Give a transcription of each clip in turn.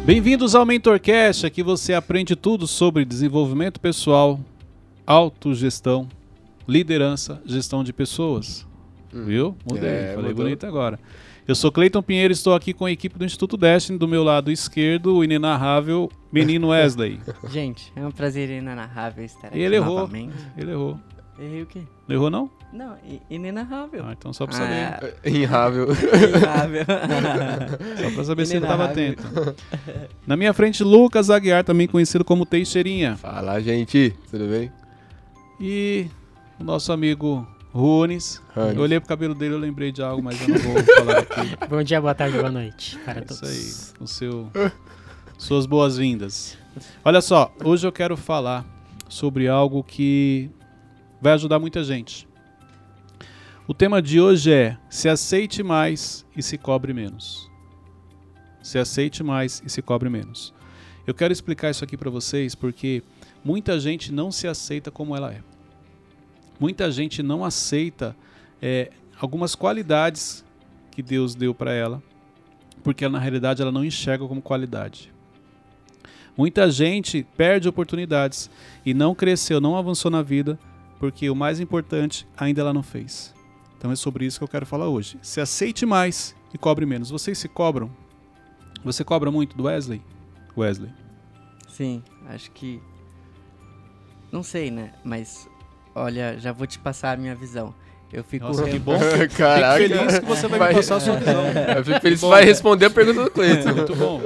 Bem-vindos ao MentorCast, aqui você aprende tudo sobre desenvolvimento pessoal, autogestão, liderança, gestão de pessoas. Viu? Mudei, falei mudou. bonito agora. Eu sou Cleiton Pinheiro e estou aqui com a equipe do Instituto Destiny, do meu lado esquerdo, o inenarrável menino Wesley. Gente, é um prazer inenarrável estar aqui Ele errou. novamente. Ele errou. Errei o quê? Não errou, não? Não, inenarrável. Ah, então só pra saber. Inrável. Inenarrável. Só pra saber se ele estava Inenarrável. atento. Na minha frente, Lucas Aguiar, também conhecido como Teixeirinha. Fala, gente. Tudo bem? E o nosso amigo Runes. Runes. Eu olhei pro cabelo dele, eu lembrei de algo, mas eu não vou falar aqui. Bom dia, boa tarde, boa noite para É todos. isso aí, suas boas-vindas. Olha só, hoje eu quero falar sobre algo que vai ajudar muita gente. O tema de hoje é: se aceite mais e se cobre menos. Se aceite mais e se cobre menos. Eu quero explicar isso aqui para vocês porque muita gente não se aceita como ela é. Muita gente não aceita algumas qualidades que Deus deu para ela, porque na realidade ela não enxerga como qualidade. Muita gente perde oportunidades e não cresceu, não avançou na vida, porque o mais importante ainda ela não fez. Então é sobre isso que eu quero falar hoje. Se aceite mais e cobre menos. Vocês se cobram? Você cobra muito do Wesley? Wesley. Sim, acho que... Não sei, né? Mas, olha, já vou te passar a minha visão. Eu fico... Nossa, que bom. Caraca. Fico feliz que você vai me passar a sua visão. Eu fico feliz que vai responder a pergunta do Cleiton. Muito bom.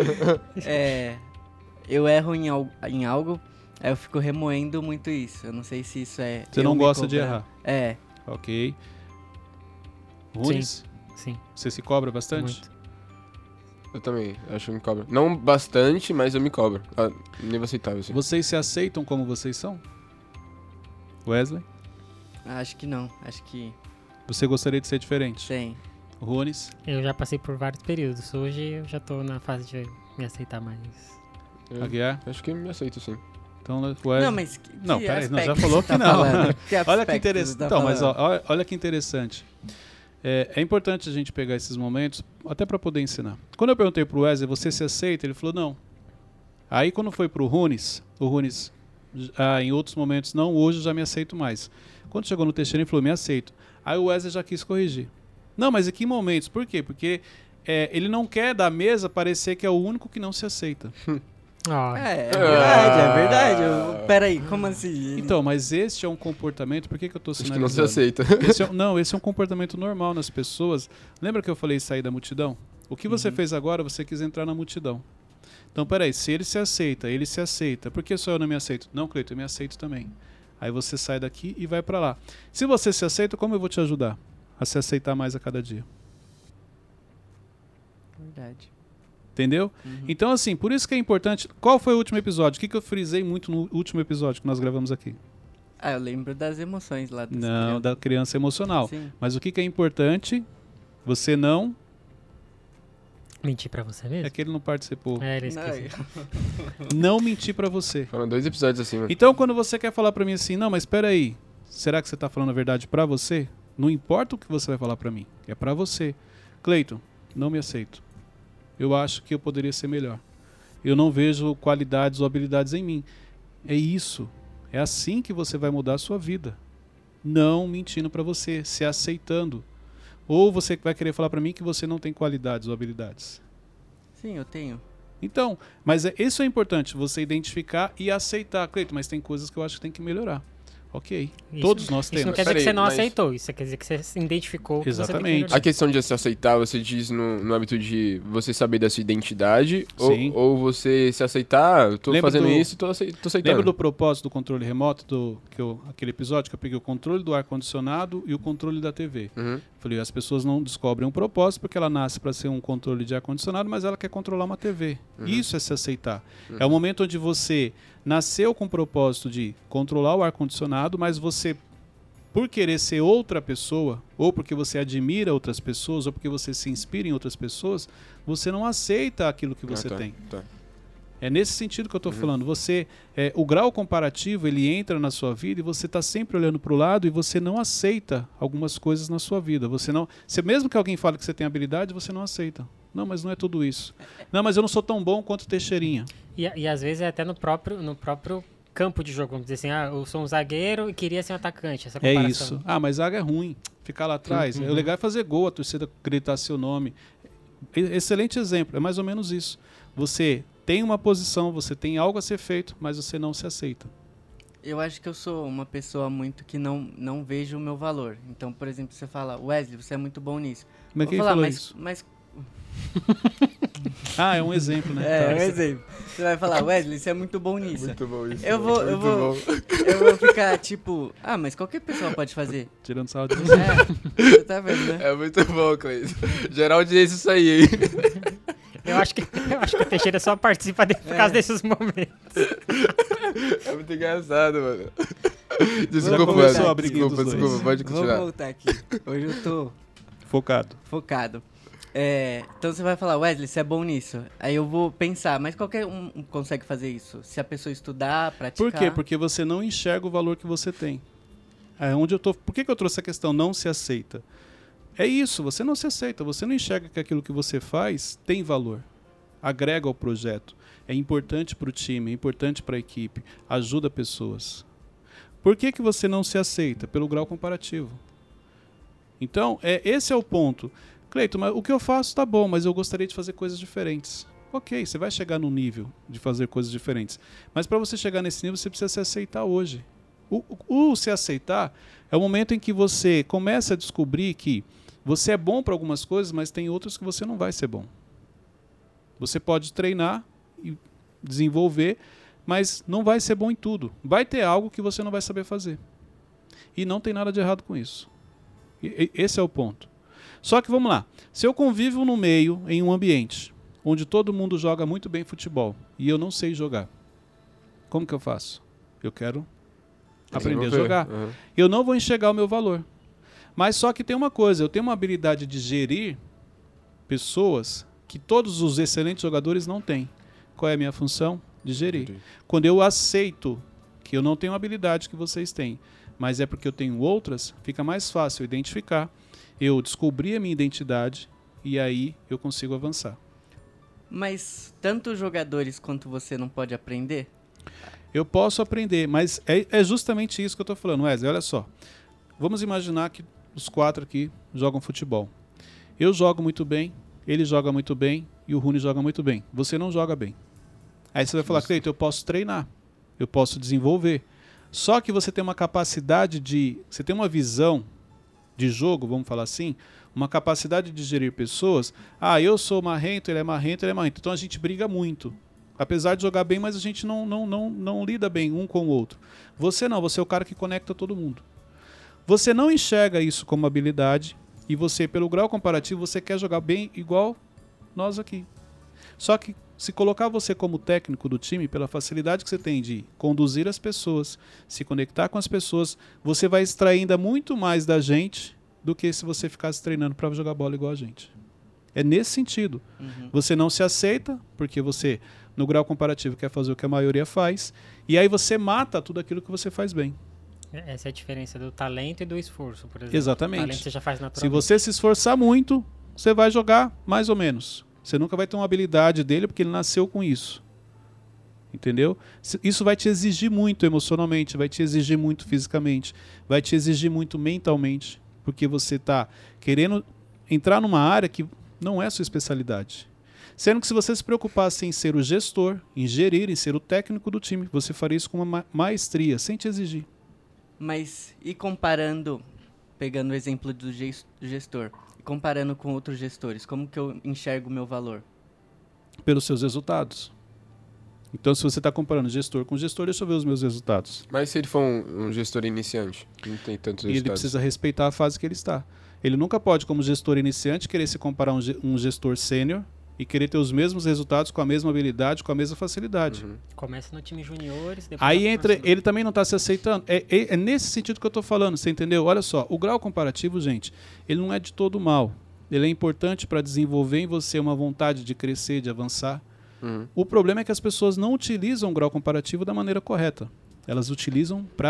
Eu erro em algo, aí eu fico remoendo muito isso. Eu não sei se isso é... Você eu não me gosta de cobrando. errar. Ok. Runes, Sim, você se cobra bastante? muito. Eu também, acho que eu me cobro. Não bastante, mas eu me cobro. Nível aceitável, assim. Vocês se aceitam como vocês são? Wesley? Acho que não, acho que Você gostaria de ser diferente? tem. Runes? Eu já passei por vários períodos. Hoje eu já tô na fase de me aceitar mais. Eu Aguiar? acho que me aceito, sim. Então, Wesley? Não, mas que Não, peraí, não, já aspectos falou você que tá não. falando? Que Olha que aspectos interessante. você tá Então, mas falando? olha que interessante. É importante a gente pegar esses momentos até para poder ensinar. Quando eu perguntei pro Wesley, você se aceita? Ele falou, não. Aí quando foi pro Runes, o Runes, em outros momentos, não, hoje eu já me aceito mais. Quando chegou no Teixeira, ele falou, me aceito. Aí o Wesley já quis corrigir. Não, mas em que momentos? Por quê? Porque ele não quer da mesa parecer que é o único que não se aceita. É verdade, é verdade. Peraí, como assim? Então, mas este é um comportamento, por que eu estou Acho sinalizando? que não se aceita. Esse é um comportamento normal nas pessoas. Lembra que eu falei sair da multidão? O que você fez agora, você quis entrar na multidão. Então, peraí, se ele se aceita. Por que só eu não me aceito? Não, Cleiton, eu me aceito também. Aí você sai daqui e vai pra lá. Se você se aceita, como eu vou te ajudar a se aceitar mais a cada dia? Verdade. Entendeu? Então, assim, por isso que é importante... Qual foi o último episódio? O que eu frisei muito no último episódio que nós gravamos aqui? Eu lembro das emoções lá. Não, da criança emocional. Sim. Mas o que é importante? Você não... Mentir pra você mesmo? É que ele não participou. É, ele esqueci. Não mentir pra você. Foram 2 episódios assim, mano. Então, quando você quer falar pra mim assim, não, mas espera aí, será que você tá falando a verdade pra você? Não importa o que você vai falar pra mim, é pra você. Cleiton, não me aceito. Eu acho que eu poderia ser melhor. Eu não vejo qualidades ou habilidades em mim. É isso. É assim que você vai mudar a sua vida. Não mentindo pra você, se aceitando. Ou você vai querer falar pra mim que você não tem qualidades ou habilidades. Sim, eu tenho. Então, mas isso é importante, você identificar e aceitar. Cleiton, mas tem coisas que eu acho que tem que melhorar. Ok, todos nós temos. Isso não quer dizer que Peraí, você não mas- aceitou, isso quer dizer que você se identificou que você tem que Exatamente. melhorar. A questão de se aceitar, você diz no âmbito de você saber da sua identidade, Sim. ou você se aceitar, eu tô Lembra fazendo do- isso e tô aceitando. Lembra do propósito do controle remoto, aquele episódio que eu peguei o controle do ar-condicionado e o controle da TV? Uhum. Falei, as pessoas não descobrem um propósito porque ela nasce para ser um controle de ar-condicionado, mas ela quer controlar uma TV. Isso é se aceitar. É o momento onde você nasceu com o propósito de controlar o ar-condicionado, mas você, por querer ser outra pessoa, ou porque você admira outras pessoas, ou porque você se inspira em outras pessoas, você não aceita aquilo que você tem. Tá. É nesse sentido que eu estou falando. Você, o grau comparativo, ele entra na sua vida e você está sempre olhando para o lado e você não aceita algumas coisas na sua vida. Mesmo que alguém fale que você tem habilidade, você não aceita. Não, mas não é tudo isso. Não, mas eu não sou tão bom quanto o Teixeirinha. E às vezes é até no próprio campo de jogo. Vamos dizer assim, eu sou um zagueiro e queria ser um atacante. Essa É comparação. isso. Ah, mas zaga é ruim. Ficar lá atrás. O legal é fazer gol, a torcida gritar seu nome. Excelente exemplo. É mais ou menos isso. Você tem uma posição, você tem algo a ser feito, mas você não se aceita. Eu acho que eu sou uma pessoa muito que não vejo o meu valor. Então, por exemplo, você fala, Wesley, você é muito bom nisso. Mas Eu quem vou falar, falou mas, isso? mas Ah, é um exemplo, né? é Tá. um exemplo. Você vai falar, Wesley, você é muito bom nisso. Muito bom isso. Eu vou ficar tipo, mas qualquer pessoa pode fazer. Tirando sarro de você. Você tá vendo, né? É muito bom, Cleiton. Geral audiência isso aí, hein? Eu acho que o Teixeira só participa por causa desses momentos. É muito engraçado, mano. Já Desculpa, começou mano. a briguinha dos dois. Desculpa, pode Vou continuar. voltar aqui. Hoje eu tô Focado. focado. Então você vai falar, Wesley, você é bom nisso. Aí eu vou pensar, mas qualquer um consegue fazer isso? Se a pessoa estudar, praticar... Por quê? Porque você não enxerga o valor que você tem. É onde eu tô. Por que eu trouxe a questão não se aceita? É isso, você não se aceita, você não enxerga que aquilo que você faz tem valor. Agrega ao projeto. É importante para o time, é importante para a equipe, ajuda pessoas. Por que você não se aceita? Pelo grau comparativo. Então, esse é o ponto. Cleiton, mas o que eu faço tá bom, mas eu gostaria de fazer coisas diferentes. Ok, você vai chegar no nível de fazer coisas diferentes. Mas para você chegar nesse nível, você precisa se aceitar hoje. O se aceitar é o momento em que você começa a descobrir que você é bom para algumas coisas, mas tem outras que você não vai ser bom. Você pode treinar e desenvolver, mas não vai ser bom em tudo. Vai ter algo que você não vai saber fazer. E não tem nada de errado com isso. Esse é o ponto. Só que vamos lá. Se eu convivo no meio, em um ambiente, onde todo mundo joga muito bem futebol, e eu não sei jogar, como que eu faço? Eu quero aprender a jogar. Uhum. Eu não vou enxergar o meu valor. Mas só que tem uma coisa, eu tenho uma habilidade de gerir pessoas que todos os excelentes jogadores não têm. Qual é a minha função? De gerir. Entendi. Quando eu aceito que eu não tenho a habilidade que vocês têm, mas é porque eu tenho outras, fica mais fácil identificar, eu descobrir a minha identidade e aí eu consigo avançar. Mas tanto os jogadores quanto você não pode aprender? Eu posso aprender, mas é justamente isso que eu estou falando, Wesley. Olha só, vamos imaginar que os 4 aqui jogam futebol. Eu jogo muito bem, ele joga muito bem e o Rune joga muito bem. Você não joga bem. Aí você vai falar, Cleiton, eu posso treinar, eu posso desenvolver. Só que você tem uma capacidade você tem uma visão de jogo, vamos falar assim, uma capacidade de gerir pessoas. Eu sou marrento, ele é marrento, ele é marrento. Então a gente briga muito. Apesar de jogar bem, mas a gente não lida bem um com o outro. Você não, você é o cara que conecta todo mundo. Você não enxerga isso como habilidade e você, pelo grau comparativo, você quer jogar bem igual nós aqui. Só que se colocar você como técnico do time, pela facilidade que você tem de conduzir as pessoas, se conectar com as pessoas, você vai extrair ainda muito mais da gente do que se você ficasse treinando para jogar bola igual a gente. É nesse sentido. Uhum. Você não se aceita, porque você, no grau comparativo, quer fazer o que a maioria faz, e aí você mata tudo aquilo que você faz bem. Essa é a diferença do talento e do esforço, por exemplo. Exatamente. O talento você já faz Se naturalmente. você se esforçar muito, você vai jogar mais ou menos. Você nunca vai ter uma habilidade dele, porque ele nasceu com isso. Entendeu? Isso vai te exigir muito emocionalmente, vai te exigir muito fisicamente, vai te exigir muito mentalmente, porque você está querendo entrar numa área que não é a sua especialidade. Sendo que se você se preocupasse em ser o gestor, em gerir, em ser o técnico do time, você faria isso com uma maestria, sem te exigir. Mas, e comparando, pegando o exemplo do gestor, e comparando com outros gestores, como que eu enxergo o meu valor? Pelos seus resultados. Então, se você está comparando gestor com gestor, deixa eu ver os meus resultados. Mas se ele for um gestor iniciante, que não tem tantos E ele resultados. precisa respeitar a fase que ele está. Ele nunca pode, como gestor iniciante, querer se comparar a um gestor sênior e querer ter os mesmos resultados com a mesma habilidade, com a mesma facilidade. Uhum. Começa no time juniores, depois Aí vai entra, pro ele também não está se aceitando. É nesse sentido que eu estou falando, você entendeu? Olha só, o grau comparativo, gente, ele não é de todo mal. Ele é importante para desenvolver em você uma vontade de crescer, de avançar. Uhum. O problema é que as pessoas não utilizam o grau comparativo da maneira correta. Elas utilizam para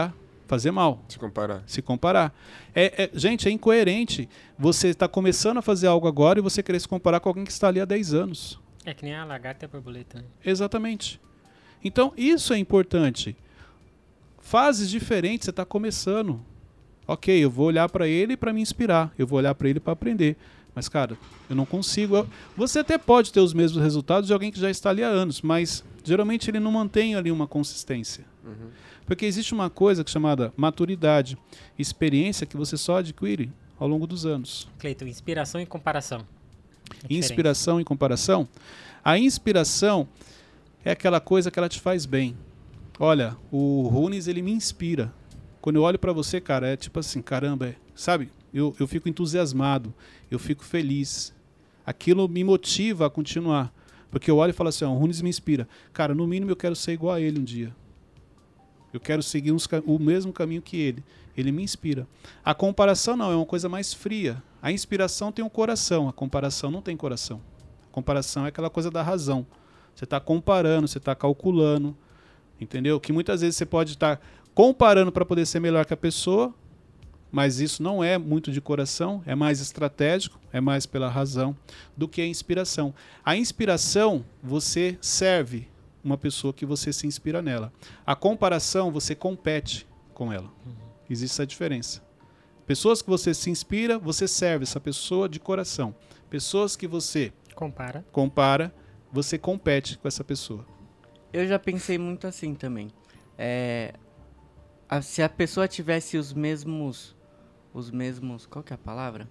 fazer mal. Se comparar. Se comparar. Gente, é incoerente. Você está começando a fazer algo agora e você querer se comparar com alguém que está ali há 10 anos. É que nem a lagarta e a borboleta, né? Exatamente. Então, isso é importante. Fases diferentes, você está começando. Ok, eu vou olhar para ele para me inspirar. Eu vou olhar para ele para aprender. Mas, cara, eu não consigo. Você até pode ter os mesmos resultados de alguém que já está ali há anos, mas geralmente ele não mantém ali uma consistência. Uhum. Porque existe uma coisa chamada maturidade, experiência que você só adquire ao longo dos anos. Cleiton, inspiração e comparação. Inspiração e comparação. A inspiração é aquela coisa que ela te faz bem. Olha, o Runes, ele me inspira. Quando eu olho pra você, cara, é tipo assim, caramba, sabe? Eu fico entusiasmado, eu fico feliz. Aquilo me motiva a continuar. Porque eu olho e falo assim, ó, o Runes me inspira. Cara, no mínimo eu quero ser igual a ele um dia. Eu quero seguir o mesmo caminho que ele. Ele me inspira. A comparação não, é uma coisa mais fria. A inspiração tem um coração, a comparação não tem coração. A comparação é aquela coisa da razão. Você está comparando, você está calculando, entendeu? Que muitas vezes você pode estar comparando para poder ser melhor que a pessoa, mas isso não é muito de coração, é mais estratégico, é mais pela razão do que a inspiração. A inspiração, você serve uma pessoa que você se inspira nela. A comparação, você compete com ela. Existe essa diferença. Pessoas que você se inspira, você serve essa pessoa de coração. Pessoas que você compara, você compete com essa pessoa. Eu já pensei muito assim também. Se a pessoa tivesse os mesmos... Qual que é a palavra?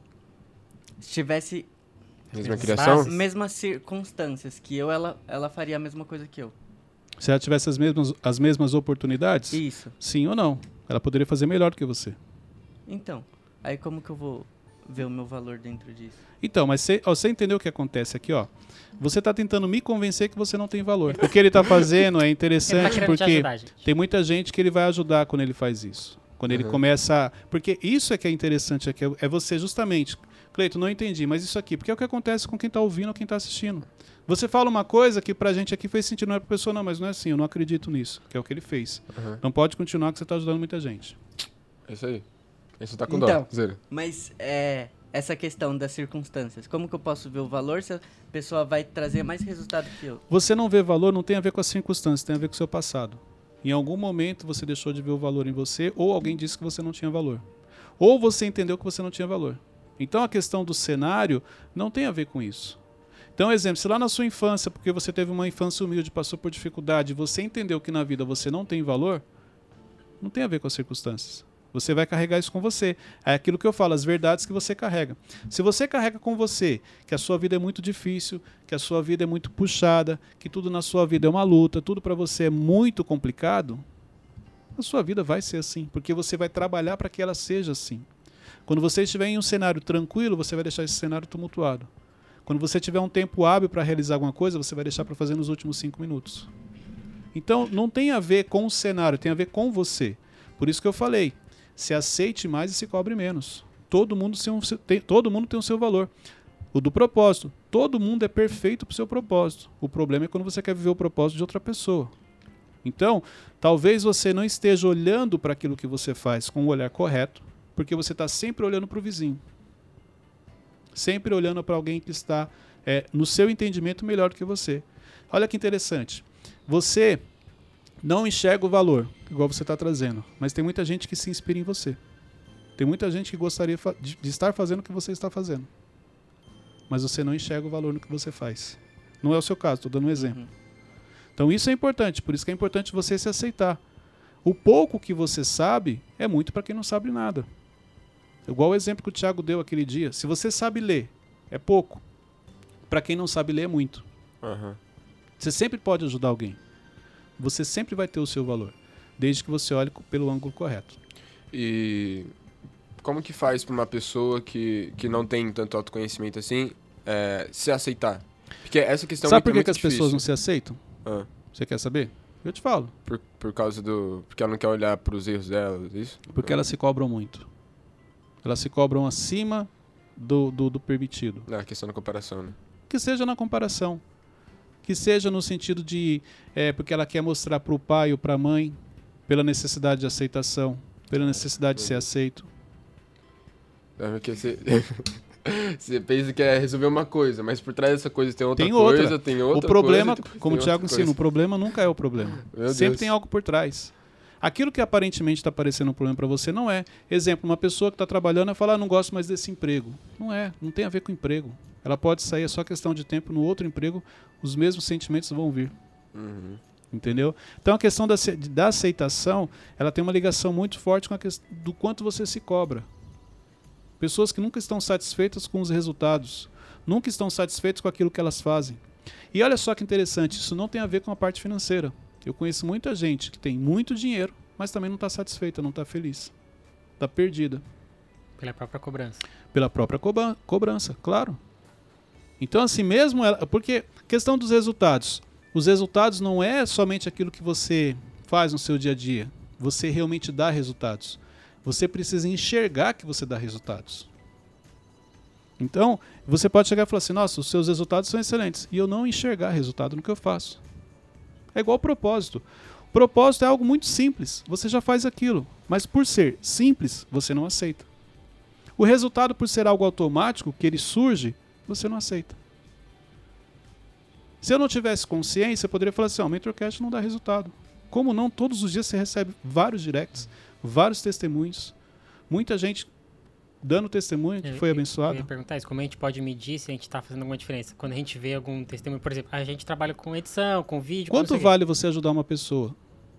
Se tivesse... Mesma criação? Mesmas circunstâncias que eu, ela faria a mesma coisa que eu. Se ela tivesse as mesmas oportunidades? Isso. Sim ou não? Ela poderia fazer melhor do que você. Então, aí como que eu vou ver o meu valor dentro disso? Então, mas você entendeu o que acontece aqui, ó? Você está tentando me convencer que você não tem valor. O que ele está fazendo é interessante porque tem muita gente que ele vai ajudar quando ele faz isso. Quando ele começa... Porque isso é que é interessante aqui, é você justamente... Cleiton, não entendi, mas isso aqui, porque é o que acontece com quem está ouvindo ou quem está assistindo. Você fala uma coisa que pra gente aqui fez sentido, não é pra pessoa, não, mas não é assim, eu não acredito nisso, que é o que ele fez. Não pode continuar que você está ajudando muita gente. É isso aí. Isso tá com então, dó, Zé. Mas essa questão das circunstâncias, como que eu posso ver o valor se a pessoa vai trazer mais resultado que eu? Você não vê valor, não tem a ver com as circunstâncias, tem a ver com o seu passado. Em algum momento você deixou de ver o valor em você, ou alguém disse que você não tinha valor. Ou você entendeu que você não tinha valor. Então a questão do cenário não tem a ver com isso. Então, exemplo, se lá na sua infância, porque você teve uma infância humilde, passou por dificuldade, você entendeu que na vida você não tem valor, não tem a ver com as circunstâncias. Você vai carregar isso com você. É aquilo que eu falo, as verdades que você carrega. Se você carrega com você que a sua vida é muito difícil, que a sua vida é muito puxada, que tudo na sua vida é uma luta, tudo para você é muito complicado, a sua vida vai ser assim, porque você vai trabalhar para que ela seja assim. Quando você estiver em um cenário tranquilo, você vai deixar esse cenário tumultuado. Quando você tiver um tempo hábil para realizar alguma coisa, você vai deixar para fazer nos últimos 5 minutos. Então, não tem a ver com o cenário, tem a ver com você. Por isso que eu falei, se aceite mais e se cobre menos. Todo mundo tem o seu valor. O do propósito. Todo mundo é perfeito para o seu propósito. O problema é quando você quer viver o propósito de outra pessoa. Então, talvez você não esteja olhando para aquilo que você faz com o olhar correto, porque você está sempre olhando para o vizinho. Sempre olhando para alguém que está, no seu entendimento, melhor do que você. Olha que interessante. Você não enxerga o valor, igual você está trazendo, mas tem muita gente que se inspira em você. Tem muita gente que gostaria de estar fazendo o que você está fazendo. Mas você não enxerga o valor no que você faz. Não é o seu caso, estou dando um exemplo. Então isso é importante, por isso que é importante você se aceitar. O pouco que você sabe é muito para quem não sabe nada. Igual o exemplo que o Thiago deu aquele dia. Se você sabe ler, é pouco. Para quem não sabe ler, é muito. Você sempre pode ajudar alguém. Você sempre vai ter o seu valor. Desde que você olhe pelo ângulo correto. E como que faz para uma pessoa que não tem tanto autoconhecimento assim se aceitar? Porque essa questão sabe por que muito as pessoas não se aceitam? Você quer saber? Eu te falo. Por causa porque ela não quer olhar para os erros dela, isso? Porque elas se cobram muito. Elas se cobram acima do permitido. A questão da comparação, né? Que seja na comparação. Que seja no sentido de... porque ela quer mostrar para o pai ou para a mãe, pela necessidade de aceitação. pela necessidade de ser aceito. Porque você pensa que é resolver uma coisa, mas por trás dessa coisa tem outra Tem coisa, outra. tem outra O problema, coisa, como o Thiago ensina, o problema nunca é o problema. Sempre tem algo por trás. Aquilo que aparentemente está parecendo um problema para você não é. Exemplo, uma pessoa que está trabalhando e fala, não gosto mais desse emprego. Não tem a ver com emprego. Ela pode sair, é só questão de tempo, no outro emprego, os mesmos sentimentos vão vir. Entendeu? Então a questão da aceitação, ela tem uma ligação muito forte com a questão do quanto você se cobra. Pessoas que nunca estão satisfeitas com os resultados, nunca estão satisfeitas com aquilo que elas fazem. E olha só que interessante, isso não tem a ver com a parte financeira. Eu conheço muita gente que tem muito dinheiro, mas também não está satisfeita, não está feliz. Está perdida. Pela própria cobrança. Pela própria cobrança, claro. Então assim mesmo, porque questão dos resultados. Os resultados não é somente aquilo que você faz no seu dia a dia. Você realmente dá resultados. Você precisa enxergar que você dá resultados. Então, você pode chegar e falar assim, nossa, os seus resultados são excelentes. E eu não enxergar resultado no que eu faço. É igual ao propósito. O propósito é algo muito simples. Você já faz aquilo. Mas por ser simples, você não aceita. O resultado, por ser algo automático, que ele surge, você não aceita. Se eu não tivesse consciência, eu poderia falar assim, o Mentorcast não dá resultado. Como não? Todos os dias você recebe vários directs, vários testemunhos, muita gente dando testemunho que foi abençoado. Eu ia perguntar isso, como a gente pode medir se a gente está fazendo alguma diferença? Quando a gente vê algum testemunho, por exemplo, a gente trabalha com edição, com vídeo... Quanto vale você ajudar uma pessoa?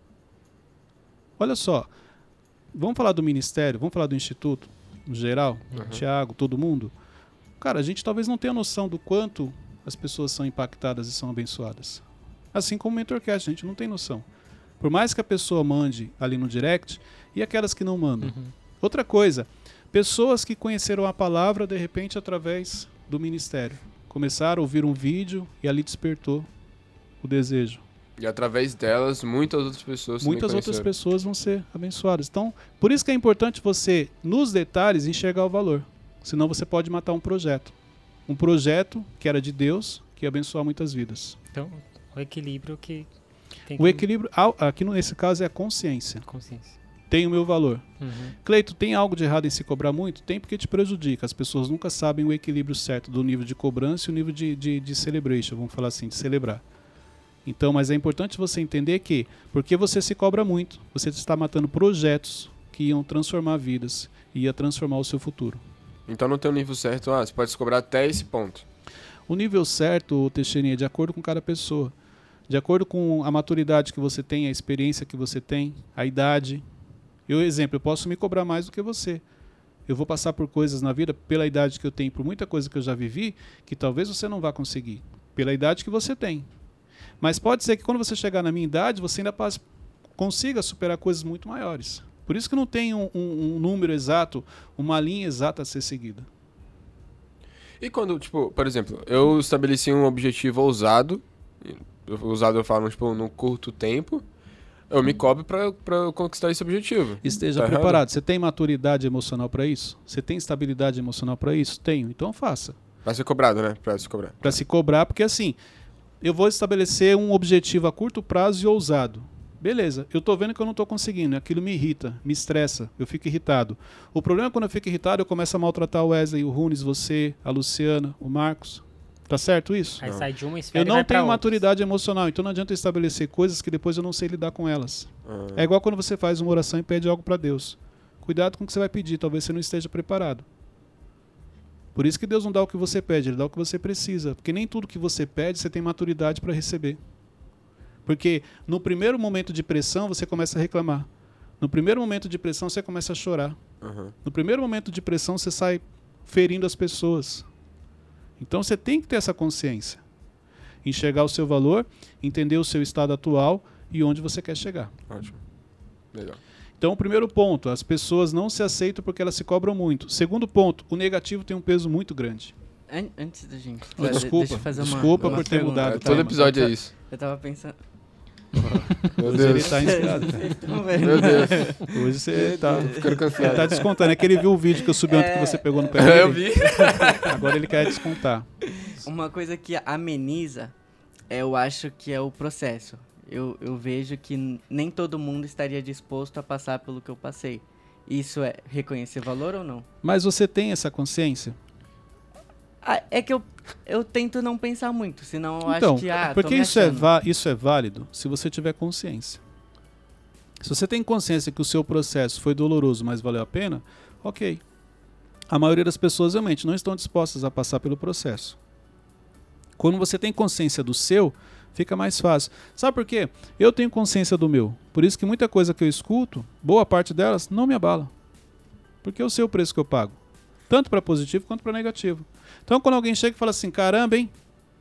Olha só, vamos falar do ministério, vamos falar do instituto, no geral, Thiago, todo mundo. Cara, a gente talvez não tenha noção do quanto as pessoas são impactadas e são abençoadas. Assim como o Mentorcast, a gente não tem noção. Por mais que a pessoa mande ali no direct, e aquelas que não mandam. Outra coisa, pessoas que conheceram a palavra, de repente, através do ministério. Começaram a ouvir um vídeo e ali despertou o desejo. E através delas, muitas outras pessoas vão ser abençoadas. Então, por isso que é importante você, nos detalhes, enxergar o valor. Senão você pode matar um projeto. Um projeto que era de Deus, que ia abençoar muitas vidas. Então, o equilíbrio que tem O equilíbrio, aqui nesse caso, é a consciência. Consciência. Tem o meu valor. Cleito, tem algo de errado em se cobrar muito? Tem, porque te prejudica. As pessoas nunca sabem o equilíbrio certo do nível de cobrança e o nível de celebration, vamos falar assim, de celebrar. Então, mas é importante você entender que, porque você se cobra muito, você está matando projetos que iam transformar vidas, ia transformar o seu futuro. Então não tem um nível certo, você pode se cobrar até esse ponto. O nível certo, Teixeirinha, é de acordo com cada pessoa. De acordo com a maturidade que você tem, a experiência que você tem, a idade. Eu posso me cobrar mais do que você. Eu vou passar por coisas na vida, pela idade que eu tenho, por muita coisa que eu já vivi, que talvez você não vá conseguir. Pela idade que você tem. Mas pode ser que quando você chegar na minha idade, você ainda consiga superar coisas muito maiores. Por isso que não tem um número exato, uma linha exata a ser seguida. E quando, por exemplo, eu estabeleci um objetivo ousado, eu falo, no curto tempo, eu me cobro para conquistar esse objetivo. Esteja preparado. Você tem maturidade emocional para isso? Você tem estabilidade emocional para isso? Tenho. Então faça. Para ser cobrado, né? Para se cobrar. Para se cobrar, porque assim, eu vou estabelecer um objetivo a curto prazo e ousado. Beleza, eu tô vendo que eu não tô conseguindo, aquilo me irrita, me estressa, eu fico irritado. O problema é quando eu fico irritado, eu começo a maltratar o Wesley, o Runes, você, a Luciana, o Marcos. Tá certo isso? Aí sai de uma esfera eu não tenho maturidade emocional, então não adianta eu estabelecer coisas que depois eu não sei lidar com elas. É igual quando você faz uma oração e pede algo para Deus. Cuidado com o que você vai pedir, talvez você não esteja preparado. Por isso que Deus não dá o que você pede, Ele dá o que você precisa. Porque nem tudo que você pede você tem maturidade para receber. Porque no primeiro momento de pressão você começa a reclamar. No primeiro momento de pressão você começa a chorar. No primeiro momento de pressão você sai ferindo as pessoas. Então você tem que ter essa consciência. Enxergar o seu valor, entender o seu estado atual e onde você quer chegar. Ótimo. Legal. Então, o primeiro ponto, as pessoas não se aceitam porque elas se cobram muito. Segundo ponto, o negativo tem um peso muito grande. Antes da gente... Desculpa por ter mudado. Todo episódio é isso. Eu tava pensando... Meu Deus. Ele tá inspirado. Meu Deus. Hoje você tá ficando cansado. Ele tá descontando. É que ele viu o vídeo que eu subi ontem que você pegou no pé dele. Eu vi. Agora ele quer descontar. Uma coisa que ameniza, eu acho que é o processo. Eu vejo que nem todo mundo estaria disposto a passar pelo que eu passei. Isso é reconhecer valor ou não? Mas você tem essa consciência? É que eu tento não pensar muito, senão eu Então, acho que, porque tô me achando. isso é válido se você tiver consciência. Se você tem consciência que o seu processo foi doloroso, mas valeu a pena, ok. A maioria das pessoas realmente não estão dispostas a passar pelo processo. Quando você tem consciência do seu, fica mais fácil. Sabe por quê? Eu tenho consciência do meu. Por isso que muita coisa que eu escuto, boa parte delas, não me abala. Porque eu sei o preço que eu pago. Tanto para positivo quanto para negativo. Então quando alguém chega e fala assim, caramba, hein?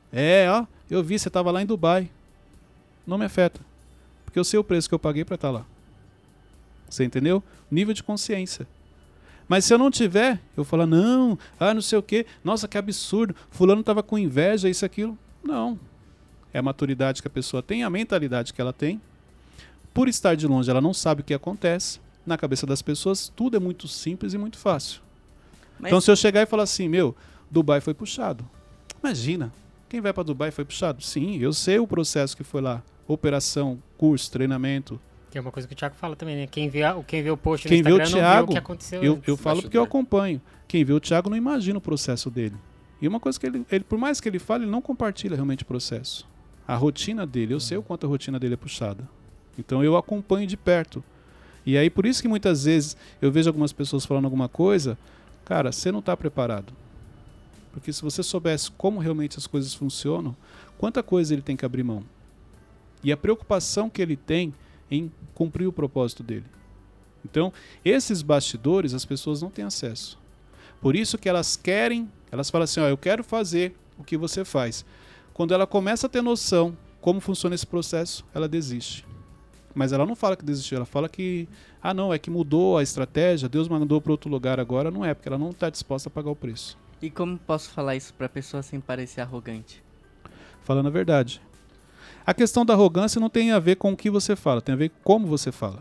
Eu vi, você estava lá em Dubai. Não me afeta. Porque eu sei o preço que eu paguei para estar lá. Você entendeu? Nível de consciência. Mas se eu não tiver, eu falo, não sei o quê. Nossa, que absurdo. Fulano estava com inveja, isso, aquilo. Não. É a maturidade que a pessoa tem, a mentalidade que ela tem. Por estar de longe, ela não sabe o que acontece. Na cabeça das pessoas, tudo é muito simples e muito fácil. Mas Então, se eu chegar e falar assim, Dubai foi puxado. Imagina, quem vai para Dubai foi puxado? Sim, eu sei o processo que foi lá. Operação, curso, treinamento. Que é uma coisa que o Thiago fala também, né? Quem vê o post no Quem vê o Instagram não Thiago, viu o que aconteceu eu antes. falo porque eu acompanho. Quem vê o Thiago não imagina o processo dele. E uma coisa que ele, por mais que ele fale, ele não compartilha realmente o processo. A rotina dele, eu sei o quanto a rotina dele é puxada. Então eu acompanho de perto. E aí por isso que muitas vezes eu vejo algumas pessoas falando alguma coisa, cara, você não está preparado. Porque se você soubesse como realmente as coisas funcionam, quanta coisa ele tem que abrir mão. E a preocupação que ele tem em cumprir o propósito dele. Então, esses bastidores as pessoas não têm acesso. Por isso que elas falam assim, eu quero fazer o que você faz. Quando ela começa a ter noção como funciona esse processo, ela desiste. Mas ela não fala que desistiu, ela fala que, é que mudou a estratégia, Deus mandou para outro lugar agora, não é, porque ela não está disposta a pagar o preço. E como posso falar isso pra pessoa sem parecer arrogante? Falando a verdade. A questão da arrogância não tem a ver com o que você fala, tem a ver com como você fala.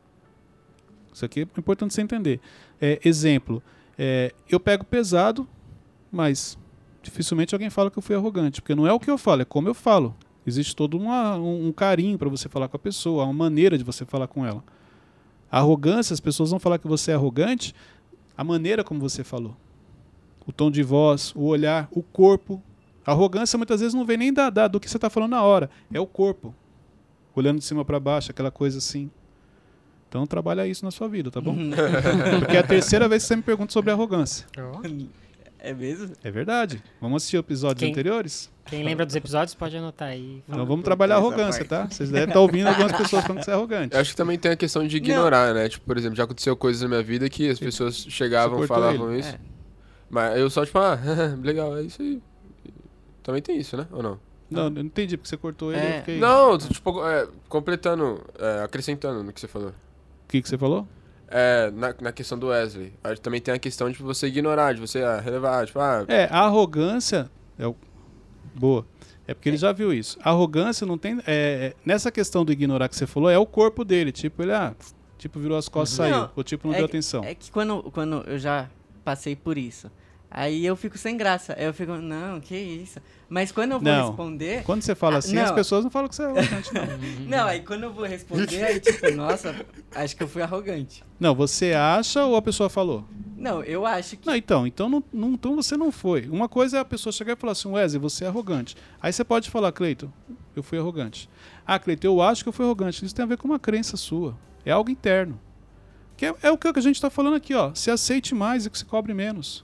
Isso aqui é importante você entender. Exemplo, eu pego pesado, mas dificilmente alguém fala que eu fui arrogante, porque não é o que eu falo, é como eu falo. Existe todo um carinho para você falar com a pessoa, uma maneira de você falar com ela. A arrogância, as pessoas vão falar que você é arrogante, a maneira como você falou. O tom de voz, o olhar, o corpo. A arrogância muitas vezes não vem nem do que você está falando na hora. É o corpo. Olhando de cima para baixo, aquela coisa assim. Então trabalha isso na sua vida, tá bom? Porque é a terceira vez que você me pergunta sobre arrogância. É mesmo? É verdade. Vamos assistir episódios anteriores? Quem lembra dos episódios pode anotar aí. Então vamos trabalhar a arrogância, tá? Vocês devem estar ouvindo algumas pessoas falando que você é arrogante. Eu acho que também tem a questão de ignorar, né? Tipo, por exemplo, já aconteceu coisas na minha vida que as pessoas chegavam e falavam isso. Mas eu só, tipo, legal, é isso aí. Também tem isso, né? Ou não? Não, eu não entendi porque você cortou ele. Eu fiquei... Não, tipo, completando, acrescentando no que você falou. O que você falou? Na questão do Wesley. Acho que também tem a questão de você ignorar, de você relevar, tipo, a arrogância... Boa. É porque ele já viu isso. A arrogância não tem... nessa questão do ignorar que você falou, é o corpo dele. Tipo, ele virou as costas e saiu. Ou tipo, não deu atenção. É que quando eu já passei por isso, aí eu fico sem graça. Aí eu fico, não, que isso. Mas quando eu vou responder... Quando você fala assim, as pessoas não falam que você é arrogante, não. Não, aí quando eu vou responder, aí tipo, nossa, acho que eu fui arrogante. Não, você acha ou a pessoa falou? Não, eu acho que... Não, então você não foi. Uma coisa é a pessoa chegar e falar assim, Wesley, você é arrogante. Aí você pode falar, Cleiton, eu fui arrogante. Cleiton, eu acho que eu fui arrogante. Isso tem a ver com uma crença sua. É algo interno. Que é o que a gente está falando aqui, ó. Se aceite mais e que se cobre menos.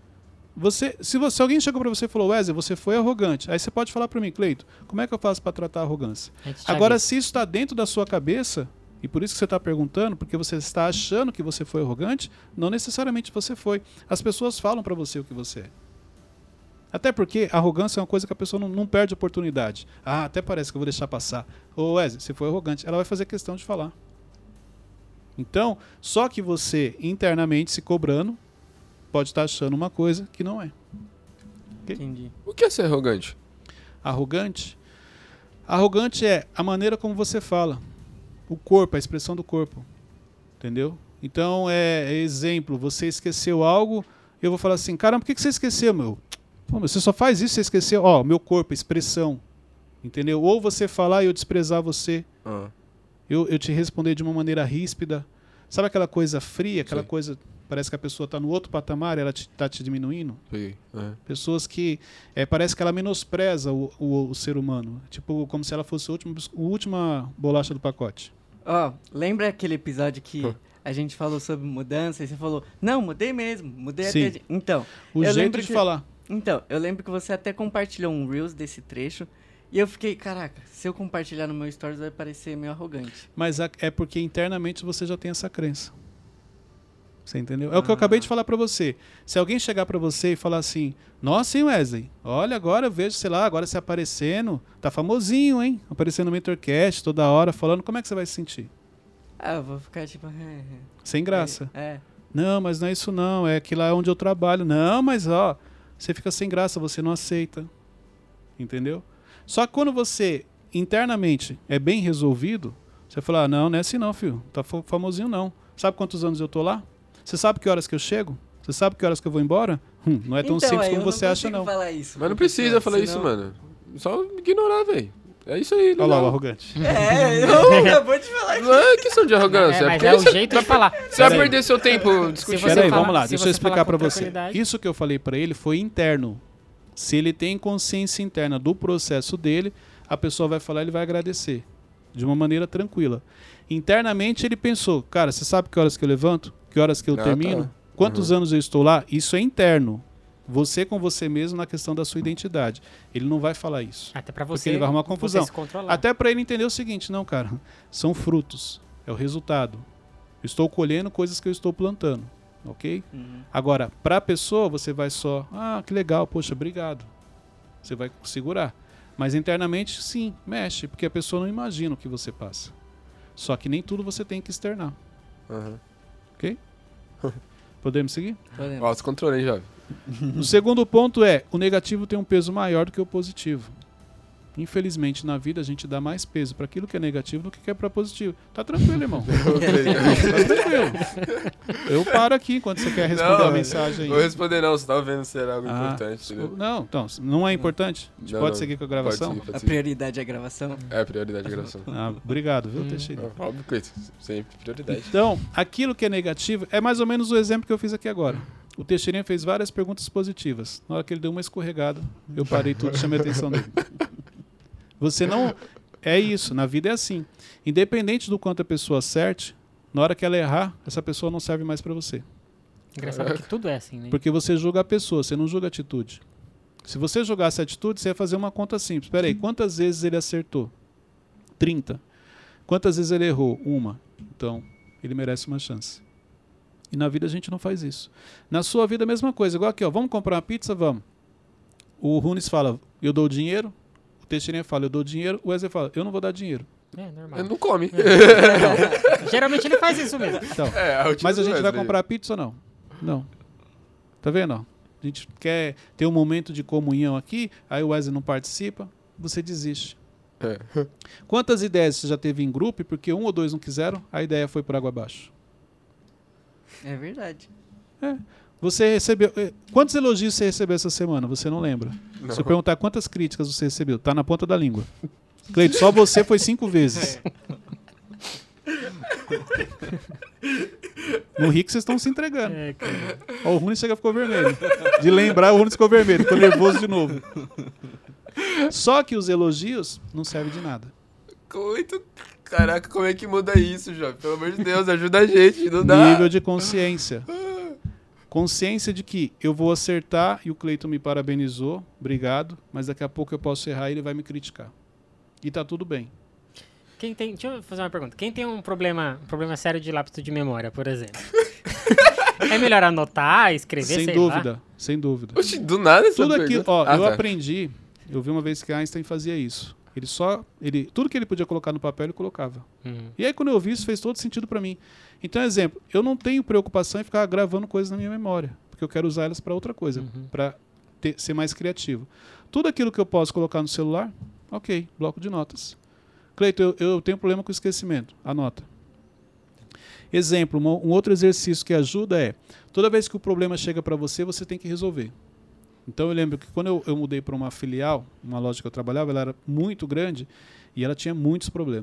Se alguém chegou para você e falou, Wesley, você foi arrogante. Aí você pode falar para mim, Cleiton, como é que eu faço para tratar a arrogância? Agora, se isso está dentro da sua cabeça... E por isso que você está perguntando, porque você está achando que você foi arrogante, não necessariamente você foi. As pessoas falam para você o que você é. Até porque a arrogância é uma coisa que a pessoa não perde oportunidade. Até parece que eu vou deixar passar. Ô Wesley, você foi arrogante. Ela vai fazer questão de falar. Então, só que você internamente se cobrando, pode estar achando uma coisa que não é. Okay? Entendi. O que é ser arrogante? Arrogante? Arrogante é a maneira como você fala. O corpo, a expressão do corpo. Entendeu? Então, exemplo, você esqueceu algo, eu vou falar assim, caramba, por que você esqueceu, meu? Pô, você só faz isso, você esqueceu. Meu corpo, expressão. Entendeu? Ou você falar e eu desprezar você. Eu te responder de uma maneira ríspida. Sabe aquela coisa fria, aquela Sim. coisa... Parece que a pessoa está no outro patamar, ela está te diminuindo. Peguei. Pessoas que... parece que ela menospreza o ser humano. Tipo, como se ela fosse a última bolacha do pacote. Ó, lembra aquele episódio que a gente falou sobre mudança e você falou, não, mudei mesmo, mudei Sim. até... Então, O eu jeito lembro de que- falar. Então, eu lembro que você até compartilhou um Reels desse trecho e eu fiquei, caraca, se eu compartilhar no meu Stories vai parecer meio arrogante. Mas é porque internamente você já tem essa crença. Você entendeu? É o que eu acabei de falar pra você. Se alguém chegar pra você e falar assim, nossa, hein, Wesley? Olha, agora eu vejo, sei lá, agora você aparecendo, tá famosinho, hein? Aparecendo no Mentorcast toda hora, falando, como é que você vai se sentir? Ah, eu vou ficar tipo... Sem graça. É. Não, mas não é isso não, é que lá é onde eu trabalho. Não, mas ó, você fica sem graça, você não aceita. Entendeu? Só que quando você internamente é bem resolvido, você fala, não é assim não, filho, tá famosinho não. Sabe quantos anos eu tô lá? Você sabe que horas que eu chego? Você sabe que horas que eu vou embora? Não é tão Então, simples aí como eu você acha consigo não. falar isso Mas não pra precisa pessoa, falar isso, senão- mano. Só ignorar, velho. É isso aí, Olha lá o legal. arrogante. Eu acabou de falar isso. Não é questão de arrogância. Mas porque é o você jeito de falar. vai Peraí. perder seu tempo discutindo. você Peraí, fala- vamos lá, se deixa você eu explicar falar pra com você. tranquilidade- Isso que eu falei pra ele foi interno. Se ele tem consciência interna do processo dele, a pessoa vai falar, ele vai agradecer. De uma maneira tranquila. Internamente ele pensou, cara, você sabe que horas que eu levanto? Que horas que eu Ah, termino? tá. Quantos anos eu estou lá? Isso é interno. Você com você mesmo na questão da sua identidade. Ele não vai falar isso. Até pra Porque você, ele vai arrumar você confusão. se controlar. Até para ele entender o seguinte, não, cara, são frutos, é o resultado. Eu estou colhendo coisas que eu estou plantando, ok? Agora, para a pessoa, você vai só, que legal, poxa, obrigado. Você vai segurar. Mas internamente, sim, mexe, porque a pessoa não imagina o que você passa. Só que nem tudo você tem que externar, Aham. ok? Podemos seguir? Podemos. Autocontrole, hein, jovem? O segundo ponto é, o negativo tem um peso maior do que o positivo. Infelizmente, na vida, a gente dá mais peso para aquilo que é negativo do que é para positivo. Tá tranquilo, irmão. Tá tranquilo. Eu paro aqui enquanto você quer responder Não, a mensagem. Vou responder não, você tava vendo se era algo importante, entendeu? Não, então, não é importante? A gente Não, pode não. seguir com a gravação? Pode seguir, A prioridade é a gravação. É, prioridade de gravação. Obrigado, viu, Teixeira? Óbvio que sempre prioridade. Então, aquilo que é negativo é mais ou menos o exemplo que eu fiz aqui agora. O Teixeirinha fez várias perguntas positivas. Na hora que ele deu uma escorregada, eu parei tudo e chamei a atenção dele. Você não... É isso, na vida é assim. Independente do quanto a pessoa acerte, na hora que ela errar, essa pessoa não serve mais para você. Engraçado que tudo é assim, né? Porque você julga a pessoa, você não julga a atitude. Se você julgasse a atitude, você ia fazer uma conta simples. Espera aí, quantas vezes ele acertou? 30. Quantas vezes ele errou? 1. Então, ele merece uma chance. E na vida a gente não faz isso. Na sua vida a mesma coisa. Igual aqui, ó, vamos comprar uma pizza? Vamos. O Runes fala, eu dou dinheiro. O Teixeirinha fala, eu dou dinheiro. O Wesley fala, eu não vou dar dinheiro. É normal. Ele não come. Geralmente ele faz isso mesmo. Então, É, o tipo mas a do gente vai Wesley. comprar pizza ou não? Não. Tá vendo? Ó? A gente quer ter um momento de comunhão aqui, aí o Wesley não participa, você desiste. É. Quantas ideias você já teve em grupo e porque um ou dois não quiseram, a ideia foi por água abaixo? É verdade. Você recebeu... Quantos elogios você recebeu essa semana? Você não lembra. Não. Se eu perguntar quantas críticas você recebeu, tá na ponta da língua. Cleide, só você foi 5 vezes. No Rick vocês estão se entregando. É, cara. Ó, o Rune chega ficou vermelho. De lembrar, o Rune ficou vermelho. Ficou nervoso de novo. Só que os elogios não servem de nada. Muito... Caraca, como é que muda isso, Jovem? Pelo amor de Deus, ajuda a gente, não dá. Nível de consciência. Consciência de que eu vou acertar e o Cleiton me parabenizou, obrigado, mas daqui a pouco eu posso errar e ele vai me criticar. E tá tudo bem. Quem tem, deixa eu fazer uma pergunta. Quem tem um problema sério de lapso de memória, por exemplo? É melhor anotar, escrever, Sem sei dúvida, lá? sem dúvida. Oxi, do nada essa Tudo aquilo, pergunta? ó, eu tá. aprendi, eu vi uma vez que Einstein fazia isso. Tudo que ele podia colocar no papel, ele colocava. Uhum. E aí, quando eu vi isso, fez todo sentido para mim. Então, exemplo, eu não tenho preocupação em ficar gravando coisas na minha memória, porque eu quero usar elas para outra coisa, para ser mais criativo. Tudo aquilo que eu posso colocar no celular, ok, bloco de notas. Cleiton, eu tenho problema com esquecimento, anota. Exemplo, um outro exercício que ajuda é, toda vez que o problema chega para você, você tem que resolver. Então eu lembro que quando eu mudei para uma filial, uma loja que eu trabalhava, ela era muito grande e ela tinha muitos problemas.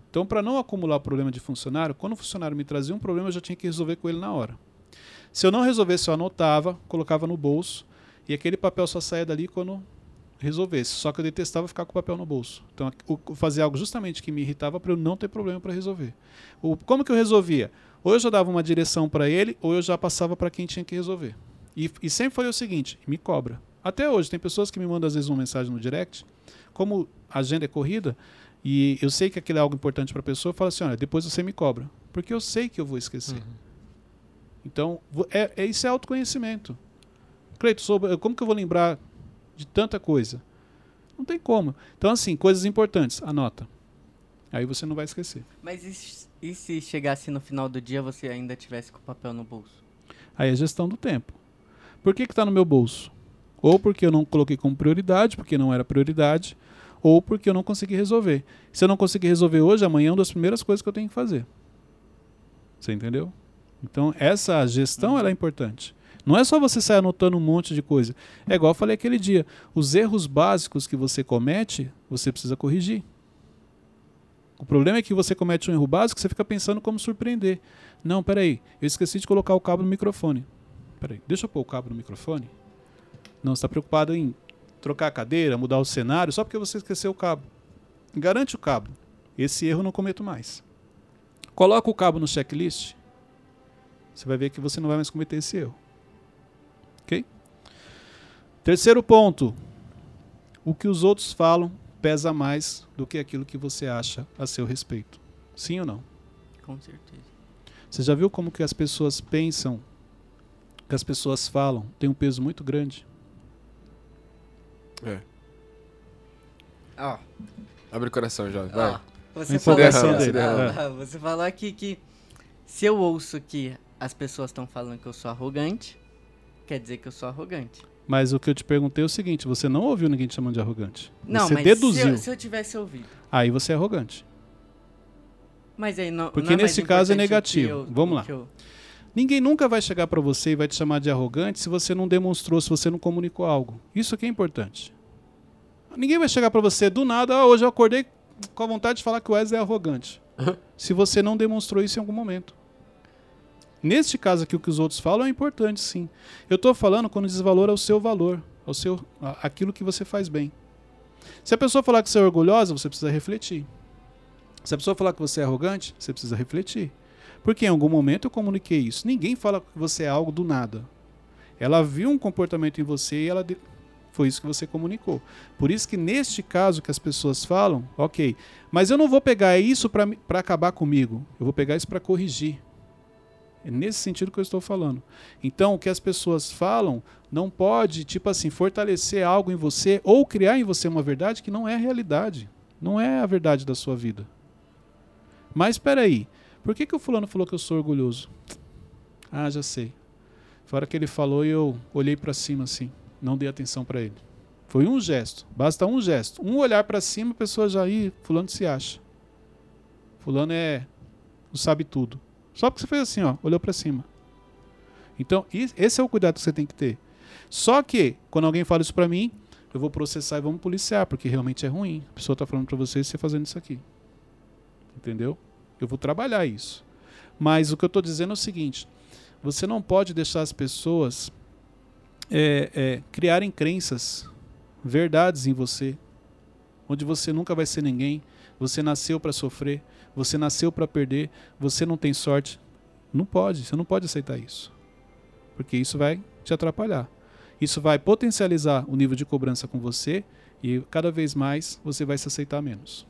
Então, para não acumular problema de funcionário, quando o funcionário me trazia um problema, eu já tinha que resolver com ele na hora. Se eu não resolvesse, eu anotava, colocava no bolso, e aquele papel só saía dali quando resolvesse. Só que eu detestava ficar com o papel no bolso. Então, eu fazia algo justamente que me irritava para eu não ter problema para resolver. Como que eu resolvia? Ou eu já dava uma direção para ele, ou eu já passava para quem tinha que resolver. E sempre foi o seguinte, me cobra. Até hoje, tem pessoas que me mandam às vezes uma mensagem no direct, como a agenda é corrida, e eu sei que aquilo é algo importante para a pessoa, eu falo assim, olha, depois você me cobra. Porque eu sei que eu vou esquecer. Então, isso é autoconhecimento. Cleito, como que eu vou lembrar de tanta coisa? Não tem como. Então, assim, coisas importantes, anota. Aí você não vai esquecer. Mas e se chegasse no final do dia você ainda tivesse com o papel no bolso? Aí é gestão do tempo. Por que está no meu bolso? Ou porque eu não coloquei como prioridade, porque não era prioridade, ou porque eu não consegui resolver. Se eu não conseguir resolver hoje, amanhã é uma das primeiras coisas que eu tenho que fazer. Você entendeu? Então, essa gestão ela é importante. Não é só você sair anotando um monte de coisa. É igual eu falei aquele dia. Os erros básicos que você comete, você precisa corrigir. O problema é que você comete um erro básico, você fica pensando como surpreender. Não, peraí, eu esqueci de colocar o cabo no microfone. Peraí, deixa eu pôr o cabo no microfone? Não, você está preocupado em trocar a cadeira, mudar o cenário, só porque você esqueceu o cabo. Garante o cabo. Esse erro eu não cometo mais. Coloca o cabo no checklist, você vai ver que você não vai mais cometer esse erro. Ok? Terceiro ponto. O que os outros falam pesa mais do que aquilo que você acha a seu respeito. Sim ou não? Com certeza. Você já viu como que as pessoas pensam, que as pessoas falam, tem um peso muito grande? É. Ó. Abre o coração, jovem. Vai. Ó, você Empolgação falou, dele. você falou aqui que se eu ouço que as pessoas estão falando que eu sou arrogante, quer dizer que eu sou arrogante. Mas o que eu te perguntei é o seguinte, você não ouviu ninguém te chamando de arrogante. Não, você mas deduziu. se eu tivesse ouvido. Aí você é arrogante. Mas aí não. Porque não é mais nesse caso é importante negativo. Vamos lá. Ninguém nunca vai chegar para você e vai te chamar de arrogante se você não demonstrou, se você não comunicou algo. Isso aqui é importante. Ninguém vai chegar para você do nada, hoje eu acordei com a vontade de falar que o Wesley é arrogante. Se você não demonstrou isso em algum momento. Neste caso aqui, o que os outros falam é importante, sim. Eu estou falando quando desvalora o seu valor, aquilo que você faz bem. Se a pessoa falar que você é orgulhosa, você precisa refletir. Se a pessoa falar que você é arrogante, você precisa refletir. Porque em algum momento eu comuniquei isso. Ninguém fala que você é algo do nada. Ela viu um comportamento em você e foi isso que você comunicou. Por isso que neste caso que as pessoas falam, ok, mas eu não vou pegar isso para acabar comigo. Eu vou pegar isso para corrigir. É nesse sentido que eu estou falando. Então, o que as pessoas falam não pode, tipo assim, fortalecer algo em você ou criar em você uma verdade que não é a realidade. Não é a verdade da sua vida. Mas espera aí, por que o fulano falou que eu sou orgulhoso? Ah, já sei. Fora que ele falou e eu olhei para cima assim, não dei atenção para ele. Foi um gesto, basta um gesto. Um olhar para cima, a pessoa já fulano se acha. Fulano sabe tudo. Só porque você fez assim, ó, olhou para cima. Então, esse é o cuidado que você tem que ter. Só que, quando alguém fala isso para mim, eu vou processar e vamos policiar, porque realmente é ruim. A pessoa está falando para você fazendo isso aqui. Entendeu? Eu vou trabalhar isso. Mas o que eu estou dizendo é o seguinte, você não pode deixar as pessoas criarem crenças, verdades em você, onde você nunca vai ser ninguém, você nasceu para sofrer, você nasceu para perder, você não tem sorte. Não pode, você não pode aceitar isso. Porque isso vai te atrapalhar. Isso vai potencializar o nível de cobrança com você e cada vez mais você vai se aceitar menos.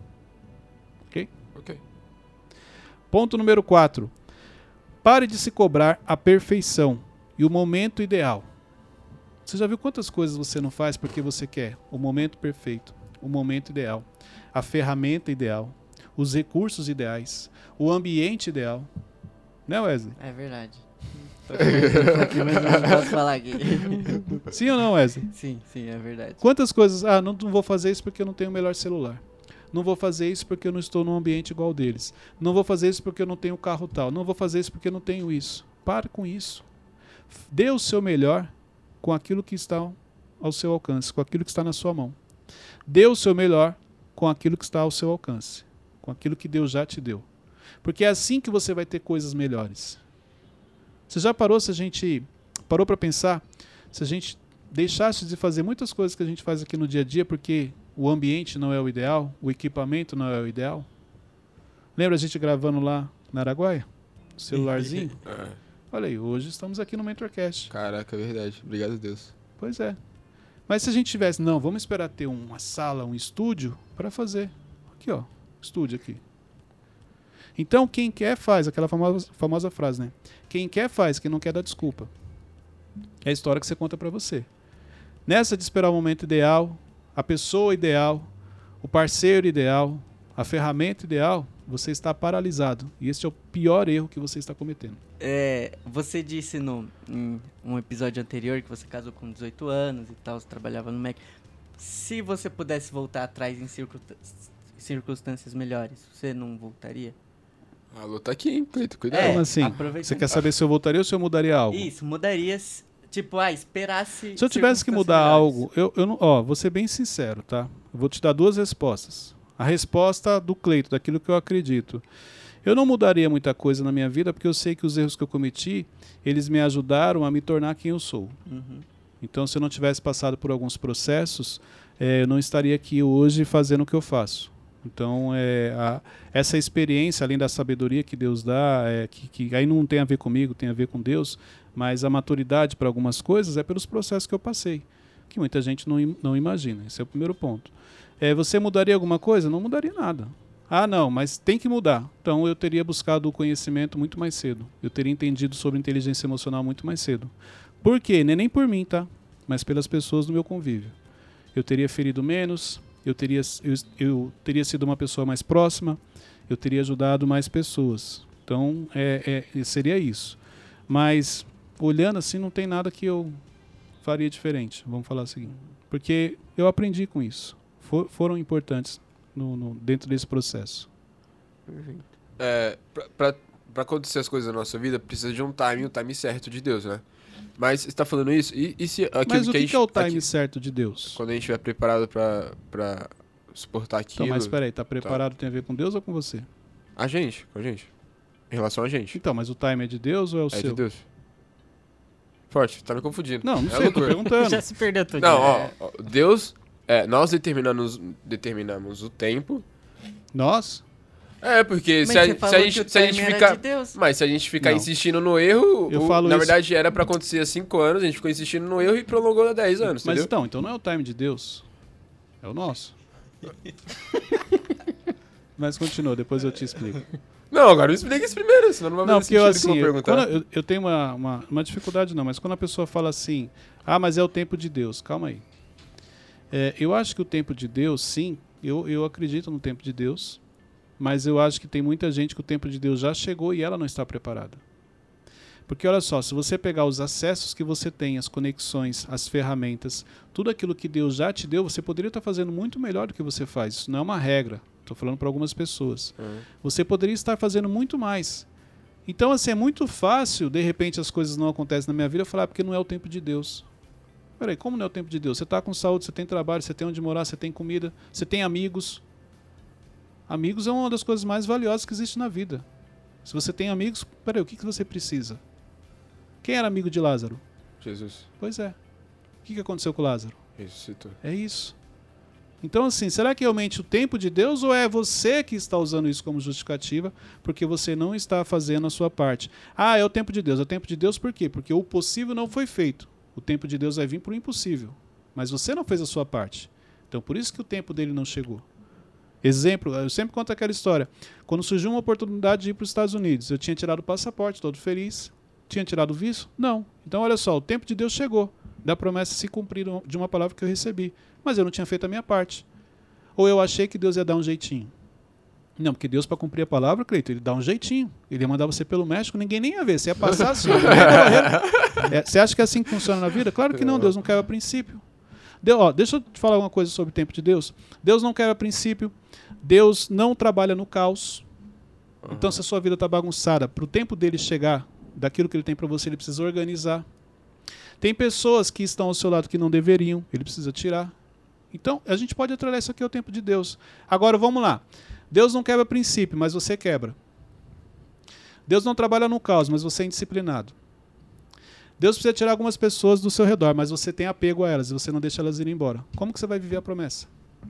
Ok? Ok. Ponto número 4. Pare de se cobrar a perfeição e o momento ideal. Você já viu quantas coisas você não faz porque você quer o momento perfeito, o momento ideal, a ferramenta ideal, os recursos ideais, o ambiente ideal. Né, Wesley? É verdade. Tô conversando um pouquinho, mas não posso falar aqui. Sim ou não, Wesley? Sim, é verdade. Quantas coisas... não vou fazer isso porque eu não tenho o melhor celular. Não vou fazer isso porque eu não estou num ambiente igual deles. Não vou fazer isso porque eu não tenho carro tal. Não vou fazer isso porque eu não tenho isso. Para com isso. Dê o seu melhor com aquilo que está ao seu alcance, com aquilo que está na sua mão. Dê o seu melhor com aquilo que está ao seu alcance, com aquilo que Deus já te deu. Porque é assim que você vai ter coisas melhores. Você já parou, se a gente parou para pensar, se a gente deixasse de fazer muitas coisas que a gente faz aqui no dia a dia porque o ambiente não é o ideal, o equipamento não é o ideal? Lembra a gente gravando lá na Araguaia? O celularzinho? Olha aí, hoje estamos aqui no MentorCast. Caraca, é verdade. Obrigado a Deus. Pois é. Mas se a gente tivesse, não, vamos esperar ter uma sala, um estúdio para fazer. Aqui, ó, estúdio aqui. Então, quem quer faz, aquela famosa frase, né? Quem quer faz, quem não quer dá desculpa. É a história que você conta para você. Nessa de esperar o momento ideal, a pessoa ideal, o parceiro ideal, a ferramenta ideal, você está paralisado. E esse é o pior erro que você está cometendo. Você disse em um episódio anterior que você casou com 18 anos e tal, você trabalhava no Mac. Se você pudesse voltar atrás em circunstâncias melhores, você não voltaria? A Lu tá aqui, hein, Cleiton? Cuidado. Como assim? Você quer saber se eu voltaria ou se eu mudaria algo? Isso, mudaria, tipo, esperasse... Se eu tivesse que mudar algo, eu não, vou ser bem sincero, tá? Eu vou te dar duas respostas. A resposta do Cleiton, daquilo que eu acredito. Eu não mudaria muita coisa na minha vida, porque eu sei que os erros que eu cometi, eles me ajudaram a me tornar quem eu sou. Uhum. Então, se eu não tivesse passado por alguns processos, eu não estaria aqui hoje fazendo o que eu faço. Então, essa experiência, além da sabedoria que Deus dá, que aí não tem a ver comigo, tem a ver com Deus, mas a maturidade para algumas coisas é pelos processos que eu passei, que muita gente não imagina. Esse é o primeiro ponto. Você mudaria alguma coisa? Não mudaria nada. Ah, não, mas tem que mudar. Então, eu teria buscado o conhecimento muito mais cedo. Eu teria entendido sobre inteligência emocional muito mais cedo. Por quê? Nem por mim, tá? Mas pelas pessoas do meu convívio. Eu teria ferido menos... Eu teria sido uma pessoa mais próxima, eu teria ajudado mais pessoas. Então, seria isso. Mas, olhando assim, não tem nada que eu faria diferente, vamos falar assim. Porque eu aprendi com isso. Foram importantes dentro desse processo. Perfeito. Pra acontecer as coisas na nossa vida, precisa de um time certo de Deus, né? Mas você tá falando isso? E se mas o que é o time certo de Deus? Quando a gente estiver preparado pra suportar aquilo... Então, mas peraí, tá preparado tem a ver com Deus ou com você? Com a gente. Em relação a gente. Então, mas o time é de Deus ou é o seu? É de Deus. Forte, tá me confundindo. Não sei, tô perguntando. Já se perdeu tudo. Não, Deus... nós determinamos o tempo. Nós? Porque Mas se a gente ficar... de Deus. Mas se a gente ficar Não. insistindo no erro, Na verdade era pra acontecer há 5 anos, a gente ficou insistindo no erro e prolongou a 10 anos, Mas entendeu? então não é o time de Deus, é o nosso. Mas continua, depois eu te explico. Não, agora me explica isso primeiro, senão não vai Não, fazer porque sentido que eu vou perguntar. quando eu tenho uma dificuldade não, mas quando a pessoa fala assim, mas é o tempo de Deus, calma aí. Eu acho que o tempo de Deus, sim, eu acredito no tempo de Deus, mas eu acho que tem muita gente que o tempo de Deus já chegou e ela não está preparada. Porque olha só, se você pegar os acessos que você tem, as conexões, as ferramentas, tudo aquilo que Deus já te deu, você poderia estar fazendo muito melhor do que você faz. Isso não é uma regra, estou falando para algumas pessoas. Você poderia estar fazendo muito mais. Então, assim, é muito fácil, de repente as coisas não acontecem na minha vida, eu falar porque não é o tempo de Deus. Peraí, como não é o tempo de Deus? Você está com saúde, você tem trabalho, você tem onde morar, você tem comida, você tem amigos. Amigos é uma das coisas mais valiosas que existe na vida. Se você tem amigos, peraí, o que você precisa? Quem era amigo de Lázaro? Jesus. Pois é. O que aconteceu com Lázaro? Ressuscitou. É isso. Então, assim, será que realmente o tempo de Deus ou é você que está usando isso como justificativa porque você não está fazendo a sua parte? É o tempo de Deus. É o tempo de Deus por quê? Porque o possível não foi feito. O tempo de Deus vai vir para o impossível. Mas você não fez a sua parte. Então, por isso que o tempo dele não chegou. Exemplo, eu sempre conto aquela história. Quando surgiu uma oportunidade de ir para os Estados Unidos, eu tinha tirado o passaporte, todo feliz. Tinha tirado o visto? Não. Então, olha só, o tempo de Deus chegou. Da promessa se cumprir de uma palavra que eu recebi. Mas eu não tinha feito a minha parte. Ou eu achei que Deus ia dar um jeitinho. Não, porque Deus, para cumprir a palavra, Cleiton, ele dá um jeitinho. Ele ia mandar você pelo México, ninguém nem ia ver. Você ia passar assim. Você acha que é assim que funciona na vida? Claro que não, Deus não quebra princípio. Deixa eu te falar uma coisa sobre o tempo de Deus. Deus não quebra princípio. Deus não trabalha no caos. Então, se a sua vida está bagunçada, para o tempo dele chegar, daquilo que ele tem para você, ele precisa organizar. Tem pessoas que estão ao seu lado que não deveriam, ele precisa tirar. Então, a gente pode atrelar isso aqui ao tempo de Deus. Agora, vamos lá. Deus não quebra princípio, mas você quebra. Deus não trabalha no caos, mas você é indisciplinado. Deus precisa tirar algumas pessoas do seu redor, mas você tem apego a elas e você não deixa elas irem embora. Como que você vai viver a promessa?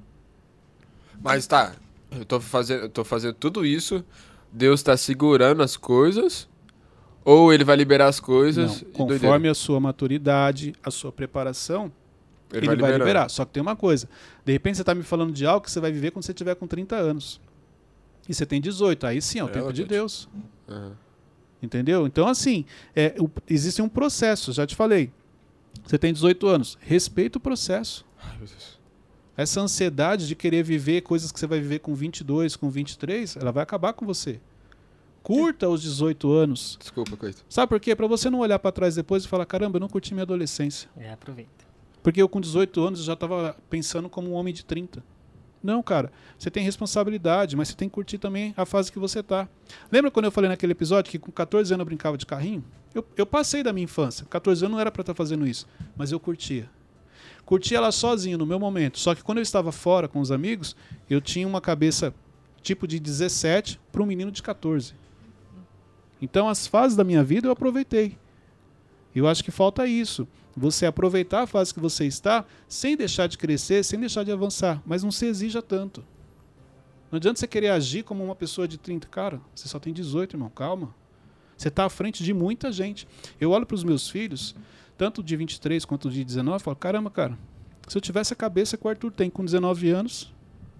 Mas tá, eu tô fazendo tudo isso, Deus tá segurando as coisas, ou ele vai liberar as coisas? Não, conforme a sua maturidade, a sua preparação, ele vai liberar. Só que tem uma coisa, de repente você tá me falando de algo que você vai viver quando você tiver com 30 anos. E você tem 18, aí sim é o tempo de Deus. Uhum. Entendeu? Então, assim, existe um processo, já te falei. Você tem 18 anos, respeita o processo. Ai, meu Deus. Essa ansiedade de querer viver coisas que você vai viver com 22, com 23, ela vai acabar com você. Curta os 18 anos. Desculpa, Cleiton. Sabe por quê? Para você não olhar para trás depois e falar, caramba, eu não curti minha adolescência. Aproveita. Porque eu com 18 anos eu já estava pensando como um homem de 30. Não, cara, você tem responsabilidade, mas você tem que curtir também a fase que você tá. Lembra quando eu falei naquele episódio que com 14 anos eu brincava de carrinho? Eu passei da minha infância. 14 anos não era para estar fazendo isso, mas eu curtia. Curtia ela sozinho no meu momento. Só que quando eu estava fora com os amigos, eu tinha uma cabeça tipo de 17 para um menino de 14. Então as fases da minha vida eu aproveitei. Eu acho que falta isso. Você aproveitar a fase que você está sem deixar de crescer, sem deixar de avançar. Mas não se exija tanto. Não adianta você querer agir como uma pessoa de 30. Cara, você só tem 18, irmão. Calma. Você está à frente de muita gente. Eu olho para os meus filhos, tanto de 23 quanto de 19, e falo, caramba, cara, se eu tivesse a cabeça que o Arthur tem com 19 anos,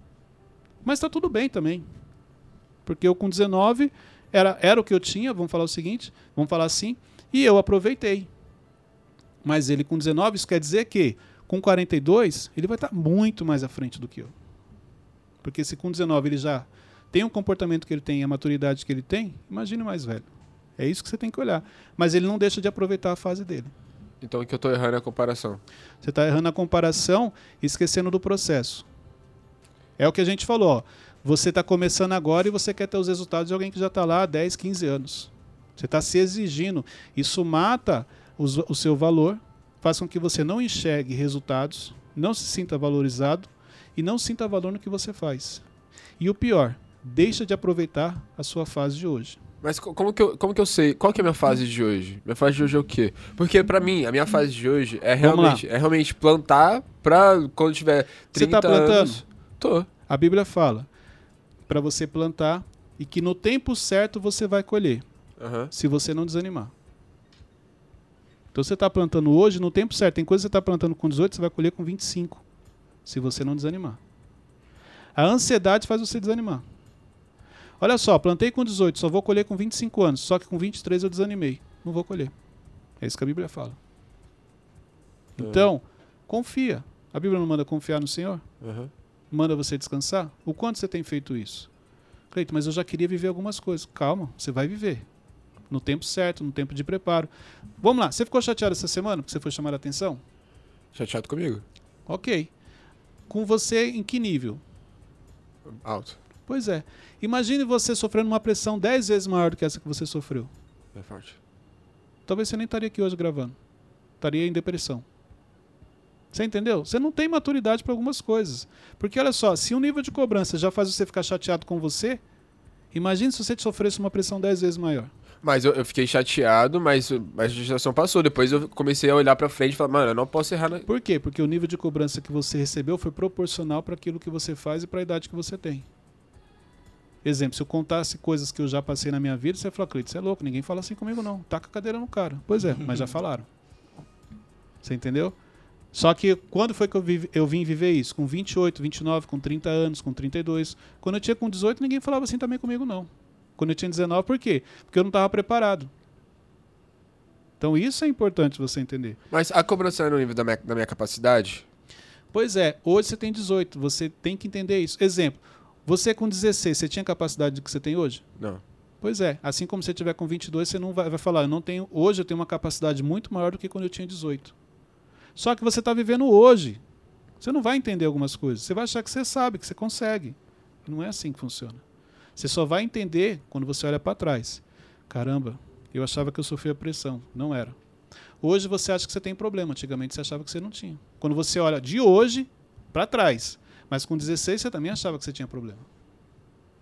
mas está tudo bem também. Porque eu com 19 era o que eu tinha, vamos falar o seguinte, vamos falar assim, e eu aproveitei. Mas ele com 19, isso quer dizer que com 42, ele vai estar muito mais à frente do que eu. Porque se com 19 ele já tem o comportamento que ele tem, a maturidade que ele tem, imagine mais velho. É isso que você tem que olhar. Mas ele não deixa de aproveitar a fase dele. Então o que eu tô errando é a comparação. Você está errando a comparação e esquecendo do processo. É o que a gente falou, ó. Você está começando agora e você quer ter os resultados de alguém que já está lá há 10, 15 anos. Você está se exigindo. Isso mata o seu valor, faz com que você não enxergue resultados, não se sinta valorizado e não sinta valor no que você faz. E o pior, deixa de aproveitar a sua fase de hoje. Mas como que eu sei? Qual que é a minha fase de hoje? Minha fase de hoje é o quê? Porque pra mim, a minha fase de hoje é realmente plantar pra quando tiver 30 Você tá plantando? anos. Tô. A Bíblia fala para você plantar e que no tempo certo você vai colher, se você não desanimar. Então você está plantando hoje no tempo certo. Tem coisa que você está plantando com 18, você vai colher com 25, se você não desanimar. A ansiedade faz você desanimar. Olha só, plantei com 18, só vou colher com 25 anos, só que com 23 eu desanimei. Não vou colher. É isso que a Bíblia fala. Então, confia. A Bíblia não manda confiar no Senhor? Manda você descansar? O quanto você tem feito isso? Cleiton, mas eu já queria viver algumas coisas. Calma, você vai viver. No tempo certo, no tempo de preparo. Vamos lá, você ficou chateado essa semana porque você foi chamar a atenção? Chateado comigo? Ok. Com você em que nível? Alto. Pois é. Imagine você sofrendo uma pressão 10 vezes maior do que essa que você sofreu. É forte. Talvez você nem estaria aqui hoje gravando. Estaria em depressão. Você entendeu? Você não tem maturidade para algumas coisas. Porque olha só, se o nível de cobrança já faz você ficar chateado com você, imagine se você sofresse uma pressão 10 vezes maior. Mas eu fiquei chateado, mas a gestação passou. Depois eu comecei a olhar pra frente e falar, mano, eu não posso errar. Por quê? Porque o nível de cobrança que você recebeu foi proporcional para aquilo que você faz e para a idade que você tem. Exemplo, se eu contasse coisas que eu já passei na minha vida, você ia falar, Cleiton, você é louco, ninguém fala assim comigo não. Taca a cadeira no cara. Pois é, mas já falaram. Você entendeu? Só que quando foi que eu vim viver isso? Com 28, 29, com 30 anos, com 32. Quando eu tinha com 18, ninguém falava assim também comigo não. Quando eu tinha 19, por quê? Porque eu não estava preparado. Então isso é importante você entender. Mas a cobrança é no nível da minha capacidade? Pois é, hoje você tem 18, você tem que entender isso. Exemplo, você com 16, você tinha a capacidade que você tem hoje? Não. Pois é, assim como você tiver com 22, você não vai falar, hoje eu tenho uma capacidade muito maior do que quando eu tinha 18. Só que você está vivendo hoje. Você não vai entender algumas coisas. Você vai achar que você sabe, que você consegue. Não é assim que funciona. Você só vai entender quando você olha para trás. Caramba, eu achava que eu sofria pressão. Não era. Hoje você acha que você tem problema. Antigamente você achava que você não tinha. Quando você olha de hoje para trás. Mas com 16 você também achava que você tinha problema.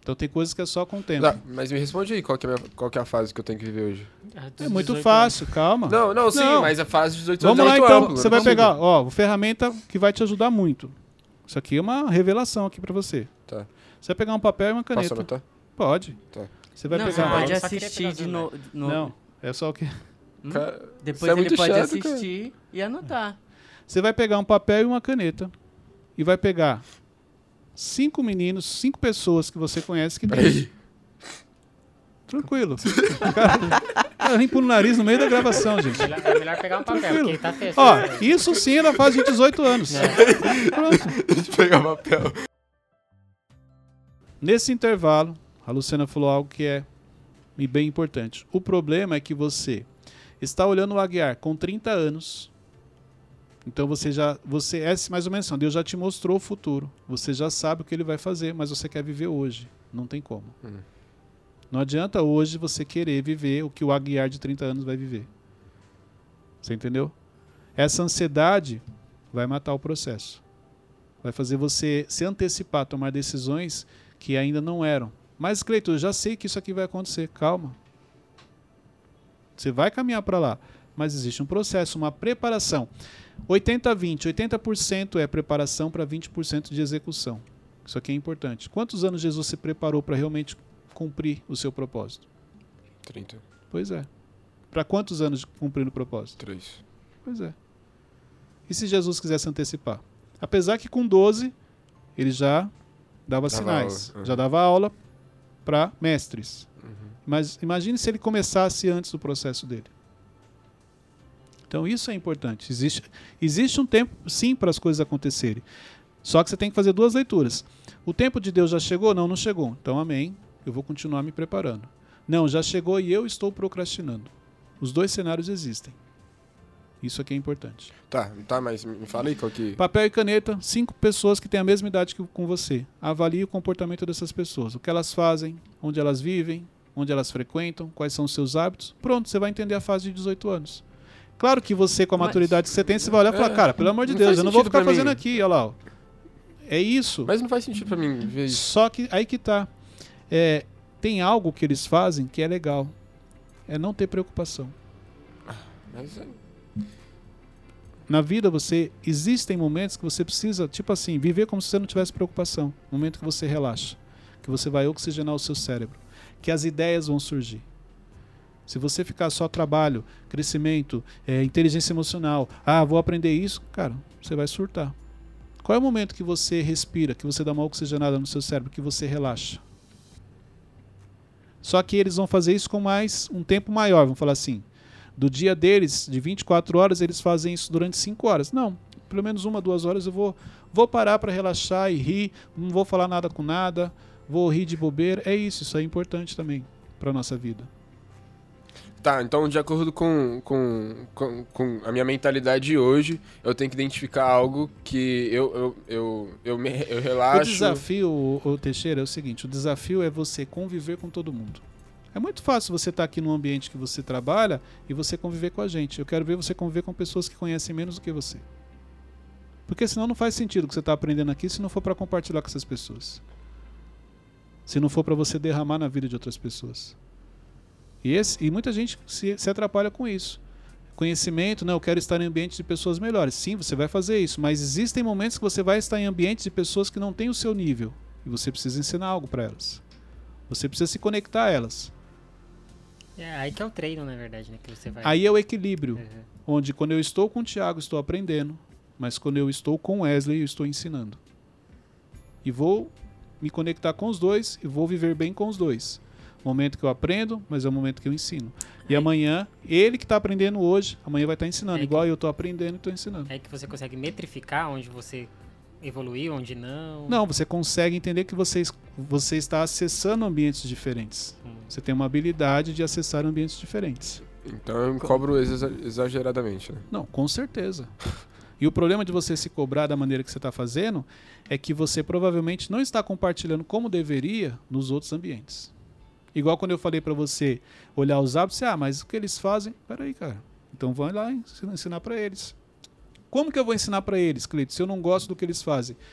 Então tem coisas que é só com o tempo. Tá, mas me responde aí, qual que é a fase que eu tenho que viver hoje? É muito fácil, calma. Não, sim, Não. mas a fase de 18 anos Vamos lá é muito então, amplo, você eu vai não consigo. pegar, ó, uma ferramenta que vai te ajudar muito. Isso aqui é uma revelação aqui pra você. Tá. Você vai pegar um papel e uma Posso caneta. anotar? Pode. Tá. Você vai Não, pegar. você pode Eu só queria assistir pegar de o novo. Não, é só o que. Cara, Depois isso é ele muito pode chato, cara. assistir e anotar. Você vai pegar um papel e uma caneta e vai pegar 5 meninos, 5 pessoas que você conhece que tem. Peraí. Tranquilo. Cara, limpa o nariz no meio da gravação, gente. É melhor pegar um papel, Tranquilo. porque tá feio. Ó, isso sim ela faz de 18 anos. Pronto. Deixa eu pegar o papel. Nesse intervalo, a Luciana falou algo que é bem importante. O problema é que você está olhando o Aguiar com 30 anos. Então você é mais ou menos assim, Deus já te mostrou o futuro. Você já sabe o que ele vai fazer, mas você quer viver hoje. Não tem como. Não adianta hoje você querer viver o que o Aguiar de 30 anos vai viver. Você entendeu? Essa ansiedade vai matar o processo. Vai fazer você se antecipar a tomar decisões que ainda não eram. Mas, Cleiton, eu já sei que isso aqui vai acontecer. Calma. Você vai caminhar para lá. Mas existe um processo, uma preparação. 80-20. 80% é preparação para 20% de execução. Isso aqui é importante. Quantos anos Jesus se preparou para realmente cumprir o seu propósito? 30. Pois é. Para quantos anos de cumprir o propósito? 3. Pois é. E se Jesus quisesse antecipar? Apesar que com 12 ele já dava sinais, aula. já dava aula para mestres. Mas imagine se ele começasse antes do processo dele. Então isso é importante. Existe um tempo, sim, para as coisas acontecerem. Só que você tem que fazer 2 leituras. O tempo de Deus já chegou? Não, não chegou. Então, amém. Eu vou continuar me preparando. Não, já chegou e eu estou procrastinando. Os 2 cenários existem. Isso aqui é importante. Tá, mas me fala aí qual que... Papel e caneta, 5 pessoas que têm a mesma idade que com você. Avalie o comportamento dessas pessoas. O que elas fazem, onde elas vivem, onde elas frequentam, quais são os seus hábitos. Pronto, você vai entender a fase de 18 anos. Claro que você, com a maturidade que você tem, você vai olhar e falar, cara, pelo amor de não Deus, faz eu não vou sentido ficar pra mim. fazendo aqui, olha lá. Ó. É isso. Mas não faz sentido pra mim ver isso. Só que aí que tá. Tem algo que eles fazem que é legal. É não ter preocupação. Mas Na vida, existem momentos que você precisa, tipo assim, viver como se você não tivesse preocupação. Momento que você relaxa. Que você vai oxigenar o seu cérebro. Que as ideias vão surgir. Se você ficar só trabalho, crescimento, inteligência emocional, vou aprender isso, cara, você vai surtar. Qual é o momento que você respira, que você dá uma oxigenada no seu cérebro, que você relaxa? Só que eles vão fazer isso com mais um tempo maior, vamos falar assim. Do dia deles, de 24 horas, eles fazem isso durante 5 horas. Não, pelo menos 1, 2 horas eu vou parar para relaxar e rir, não vou falar nada com nada, vou rir de bobeira. É isso é importante também para a nossa vida. Tá, então de acordo com a minha mentalidade hoje, eu tenho que identificar algo que eu relaxo. O desafio, o Teixeira, é o seguinte, o desafio é você conviver com todo mundo. É muito fácil você estar aqui num ambiente que você trabalha e você conviver com a gente. Eu quero ver você conviver com pessoas que conhecem menos do que você. Porque senão não faz sentido o que você está aprendendo aqui se não for para compartilhar com essas pessoas. Se não for para você derramar na vida de outras pessoas. E muita gente se atrapalha com isso. Conhecimento, eu quero estar em ambientes de pessoas melhores. Sim, você vai fazer isso, mas existem momentos que você vai estar em ambientes de pessoas que não têm o seu nível. E você precisa ensinar algo para elas. Você precisa se conectar a elas. Aí que é o treino, na verdade, né? Que você vai... Aí é o equilíbrio. Onde quando eu estou com o Thiago, estou aprendendo. Mas quando eu estou com o Wesley, eu estou ensinando. E vou me conectar com os dois e vou viver bem com os dois. Momento que eu aprendo, mas é o momento que eu ensino. E amanhã, ele que está aprendendo hoje, amanhã vai estar ensinando. Igual eu estou aprendendo e estou ensinando. É que você consegue metrificar onde você evoluiu, onde não. Não, você consegue entender que você está acessando ambientes diferentes. Você tem uma habilidade de acessar ambientes diferentes. Então eu me cobro exageradamente, né? Não, com certeza. E o problema de você se cobrar da maneira que você está fazendo é que você provavelmente não está compartilhando como deveria nos outros ambientes. Igual quando eu falei para você olhar os hábitos, mas o que eles fazem? Peraí, cara. Então vai lá ensinar para eles. Como que eu vou ensinar para eles, Cleiton, se eu não gosto do que eles fazem?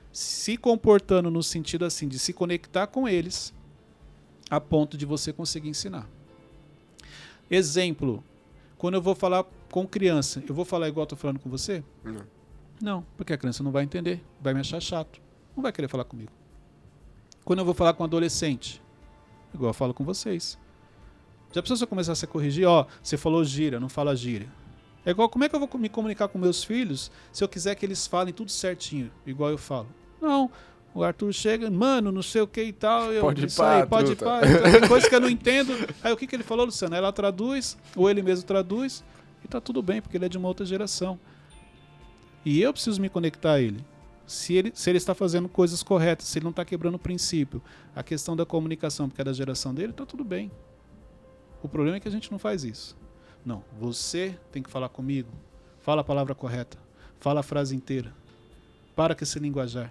se comportando no sentido assim de se conectar com eles a ponto de você conseguir ensinar. Exemplo, quando eu vou falar com criança, eu vou falar igual eu tô falando com você? Não. Não, porque a criança não vai entender, vai me achar chato, não vai querer falar comigo. Quando eu vou falar com um adolescente, igual eu falo com vocês. Já precisa começar a se corrigir? Ó, você falou gíria, não fala gíria. É igual, como é que eu vou me comunicar com meus filhos se eu quiser que eles falem tudo certinho, igual eu falo? Não, o Arthur chega, mano, não sei o que e tal. Pode ir pode ir pá. Então, tem coisa que eu não entendo. Aí o que ele falou, Luciano? Ela traduz, ou ele mesmo traduz, e tá tudo bem, porque ele é de uma outra geração. E eu preciso me conectar a ele. Se ele está fazendo coisas corretas, se ele não está quebrando o princípio, a questão da comunicação, porque é da geração dele, tá tudo bem. O problema é que a gente não faz isso. Não, você tem que falar comigo. Fala a palavra correta. Fala a frase inteira. Para com esse linguajar.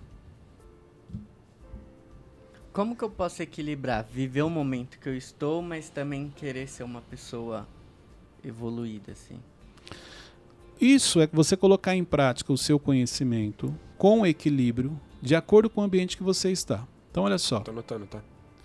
Como que eu posso equilibrar? Viver o momento que eu estou, mas também querer ser uma pessoa evoluída, assim. Isso é você colocar em prática o seu conhecimento com equilíbrio, de acordo com o ambiente que você está. Então, olha só. Tô anotando, tá?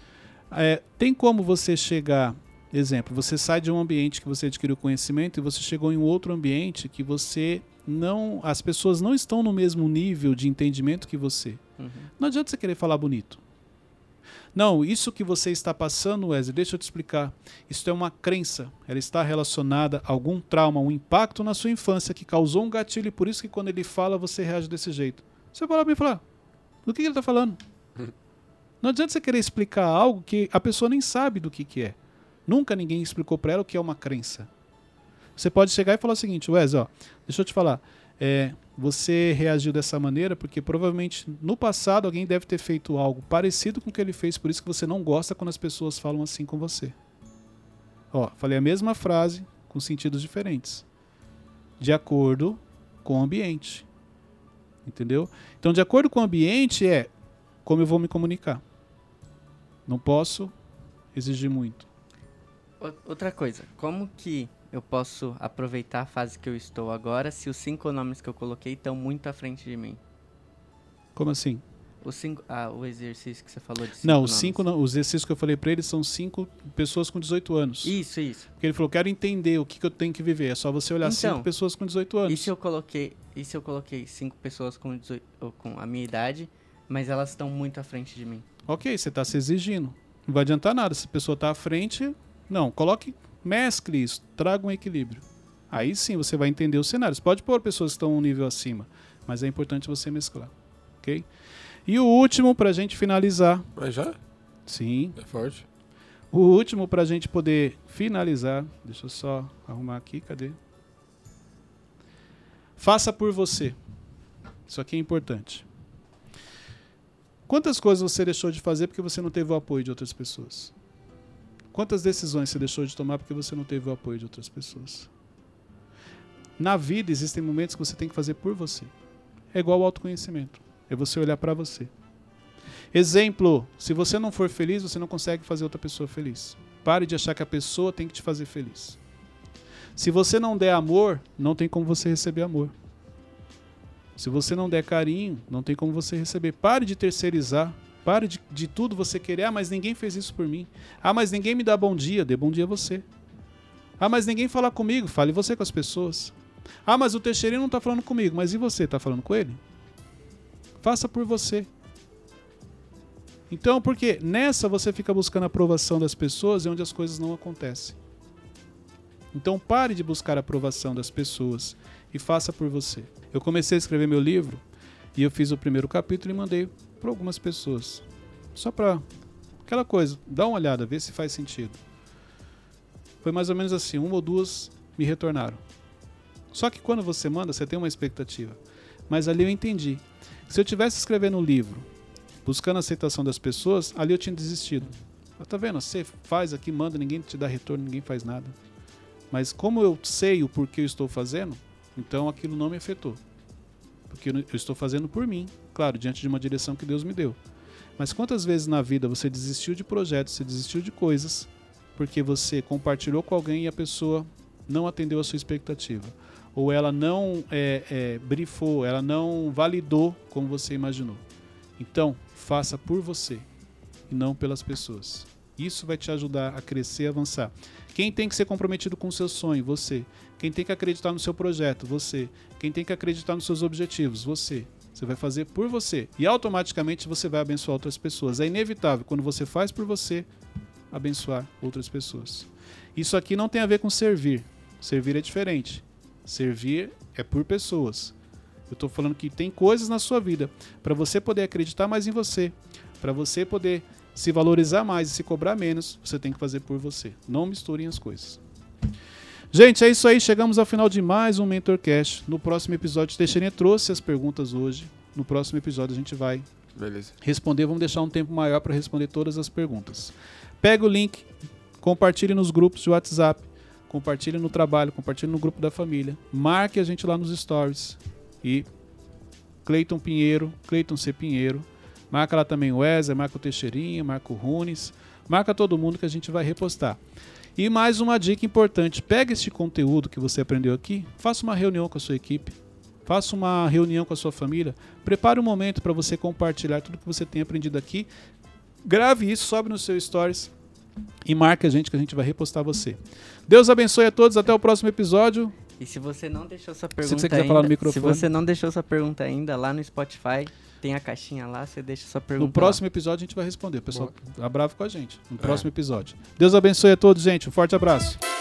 Tem como você chegar... Exemplo, você sai de um ambiente que você adquiriu conhecimento e você chegou em um outro ambiente que você não... As pessoas não estão no mesmo nível de entendimento que você. Uhum. Não adianta você querer falar bonito. Não, isso que você está passando, Wesley, deixa eu te explicar. Isso é uma crença. Ela está relacionada a algum trauma, um impacto na sua infância que causou um gatilho e por isso que quando ele fala, você reage desse jeito. Você vai lá para mim falar, do que ele está falando? Não adianta você querer explicar algo que a pessoa nem sabe do que é. Nunca ninguém explicou para ela o que é uma crença. Você pode chegar e falar o seguinte, Wesley, ó, deixa eu te falar, você reagiu dessa maneira porque provavelmente no passado alguém deve ter feito algo parecido com o que ele fez, por isso que você não gosta quando as pessoas falam assim com você. Ó, falei a mesma frase com sentidos diferentes, de acordo com o ambiente. Entendeu? Então, de acordo com o ambiente é como eu vou me comunicar. Não posso exigir muito. Outra coisa, como que eu posso aproveitar a fase que eu estou agora se os 5 nomes que eu coloquei estão muito à frente de mim? Como assim? O exercício que você falou de 5 Não, nomes. os exercícios que eu falei pra ele são 5 pessoas com 18 anos. Isso. Porque ele falou, quero entender o que eu tenho que viver. É só você olhar 5 pessoas com 18 anos. E se eu coloquei 5 pessoas com a minha idade, mas elas estão muito à frente de mim? Ok, você está se exigindo. Não vai adiantar nada. Se a pessoa está à frente, não. Mescle isso. Traga um equilíbrio. Aí sim você vai entender os cenários. Pode pôr pessoas que estão um nível acima, mas é importante você mesclar. Ok? E o último, pra gente finalizar. Mas já? Sim. É forte. O último, pra gente poder finalizar. Deixa eu só arrumar aqui. Cadê? Faça por você. Isso aqui é importante. Quantas coisas você deixou de fazer porque você não teve o apoio de outras pessoas? Quantas decisões você deixou de tomar porque você não teve o apoio de outras pessoas? Na vida existem momentos que você tem que fazer por você. É igual ao autoconhecimento. É você olhar para você. Exemplo, se você não for feliz, você não consegue fazer outra pessoa feliz. Pare de achar que a pessoa tem que te fazer feliz. Se você não der amor, não tem como você receber amor. Se você não der carinho, não tem como você receber. Pare de terceirizar. Pare de tudo você querer. Mas ninguém fez isso por mim. Mas ninguém me dá bom dia. Dê bom dia a você. Mas ninguém fala comigo. Fale você com as pessoas. Mas o Teixeirinho não está falando comigo. Mas e você? Está falando com ele? Faça por você. Então, porque nessa você fica buscando a aprovação das pessoas e onde as coisas não acontecem. Então pare de buscar a aprovação das pessoas e faça por você. Eu comecei a escrever meu livro e eu fiz o primeiro capítulo e mandei para algumas pessoas. Só para aquela coisa, dá uma olhada, vê se faz sentido. Foi mais ou menos assim, 1 ou 2 me retornaram. Só que quando você manda, você tem uma expectativa. Mas ali eu entendi. Se eu tivesse escrevendo um livro, buscando a aceitação das pessoas, ali eu tinha desistido. Tá vendo? Você faz aqui, manda, ninguém te dá retorno, ninguém faz nada. Mas como eu sei o porquê eu estou fazendo, então aquilo não me afetou. Porque eu estou fazendo por mim, claro, diante de uma direção que Deus me deu. Mas quantas vezes na vida você desistiu de projetos, você desistiu de coisas, porque você compartilhou com alguém e a pessoa não atendeu a sua expectativa? Ou ela não brifou, ela não validou como você imaginou. Então, faça por você e não pelas pessoas. Isso vai te ajudar a crescer e avançar. Quem tem que ser comprometido com o seu sonho? Você. Quem tem que acreditar no seu projeto? Você. Quem tem que acreditar nos seus objetivos? Você. Você vai fazer por você. E automaticamente você vai abençoar outras pessoas. É inevitável, quando você faz por você, abençoar outras pessoas. Isso aqui não tem a ver com servir. Servir é diferente. Servir é por pessoas. Eu estou falando que tem coisas na sua vida para você poder acreditar mais em você, para você poder se valorizar mais e se cobrar menos, você tem que fazer por você. Não misturem as coisas. Gente, é isso aí. Chegamos ao final de mais um MentorCast. No próximo episódio, Teixeirinha trouxe as perguntas hoje. No próximo episódio a gente vai responder. Vamos deixar um tempo maior para responder todas as perguntas. Pega o link, compartilhe nos grupos de WhatsApp, compartilhe no trabalho, compartilhe no grupo da família. Marque a gente lá nos stories. E Cleiton Pinheiro, Cleiton C. Pinheiro. Marca lá também o Wesley, marca o Teixeirinha, marca o Runes. Marca todo mundo que a gente vai repostar. E mais uma dica importante. Pega este conteúdo que você aprendeu aqui, faça uma reunião com a sua equipe. Faça uma reunião com a sua família. Prepare um momento para você compartilhar tudo que você tem aprendido aqui. Grave isso, sobe no seu stories e marque a gente que a gente vai repostar você. Deus abençoe a todos. Até o próximo episódio. E se você não deixou sua Se pergunta você quiser ainda, falar no microfone. se você não deixou sua pergunta ainda, lá no Spotify tem a caixinha lá, você deixa sua pergunta. No próximo episódio a gente vai responder. O pessoal tá bravo com a gente. No próximo episódio. Deus abençoe a todos, gente. Um forte abraço.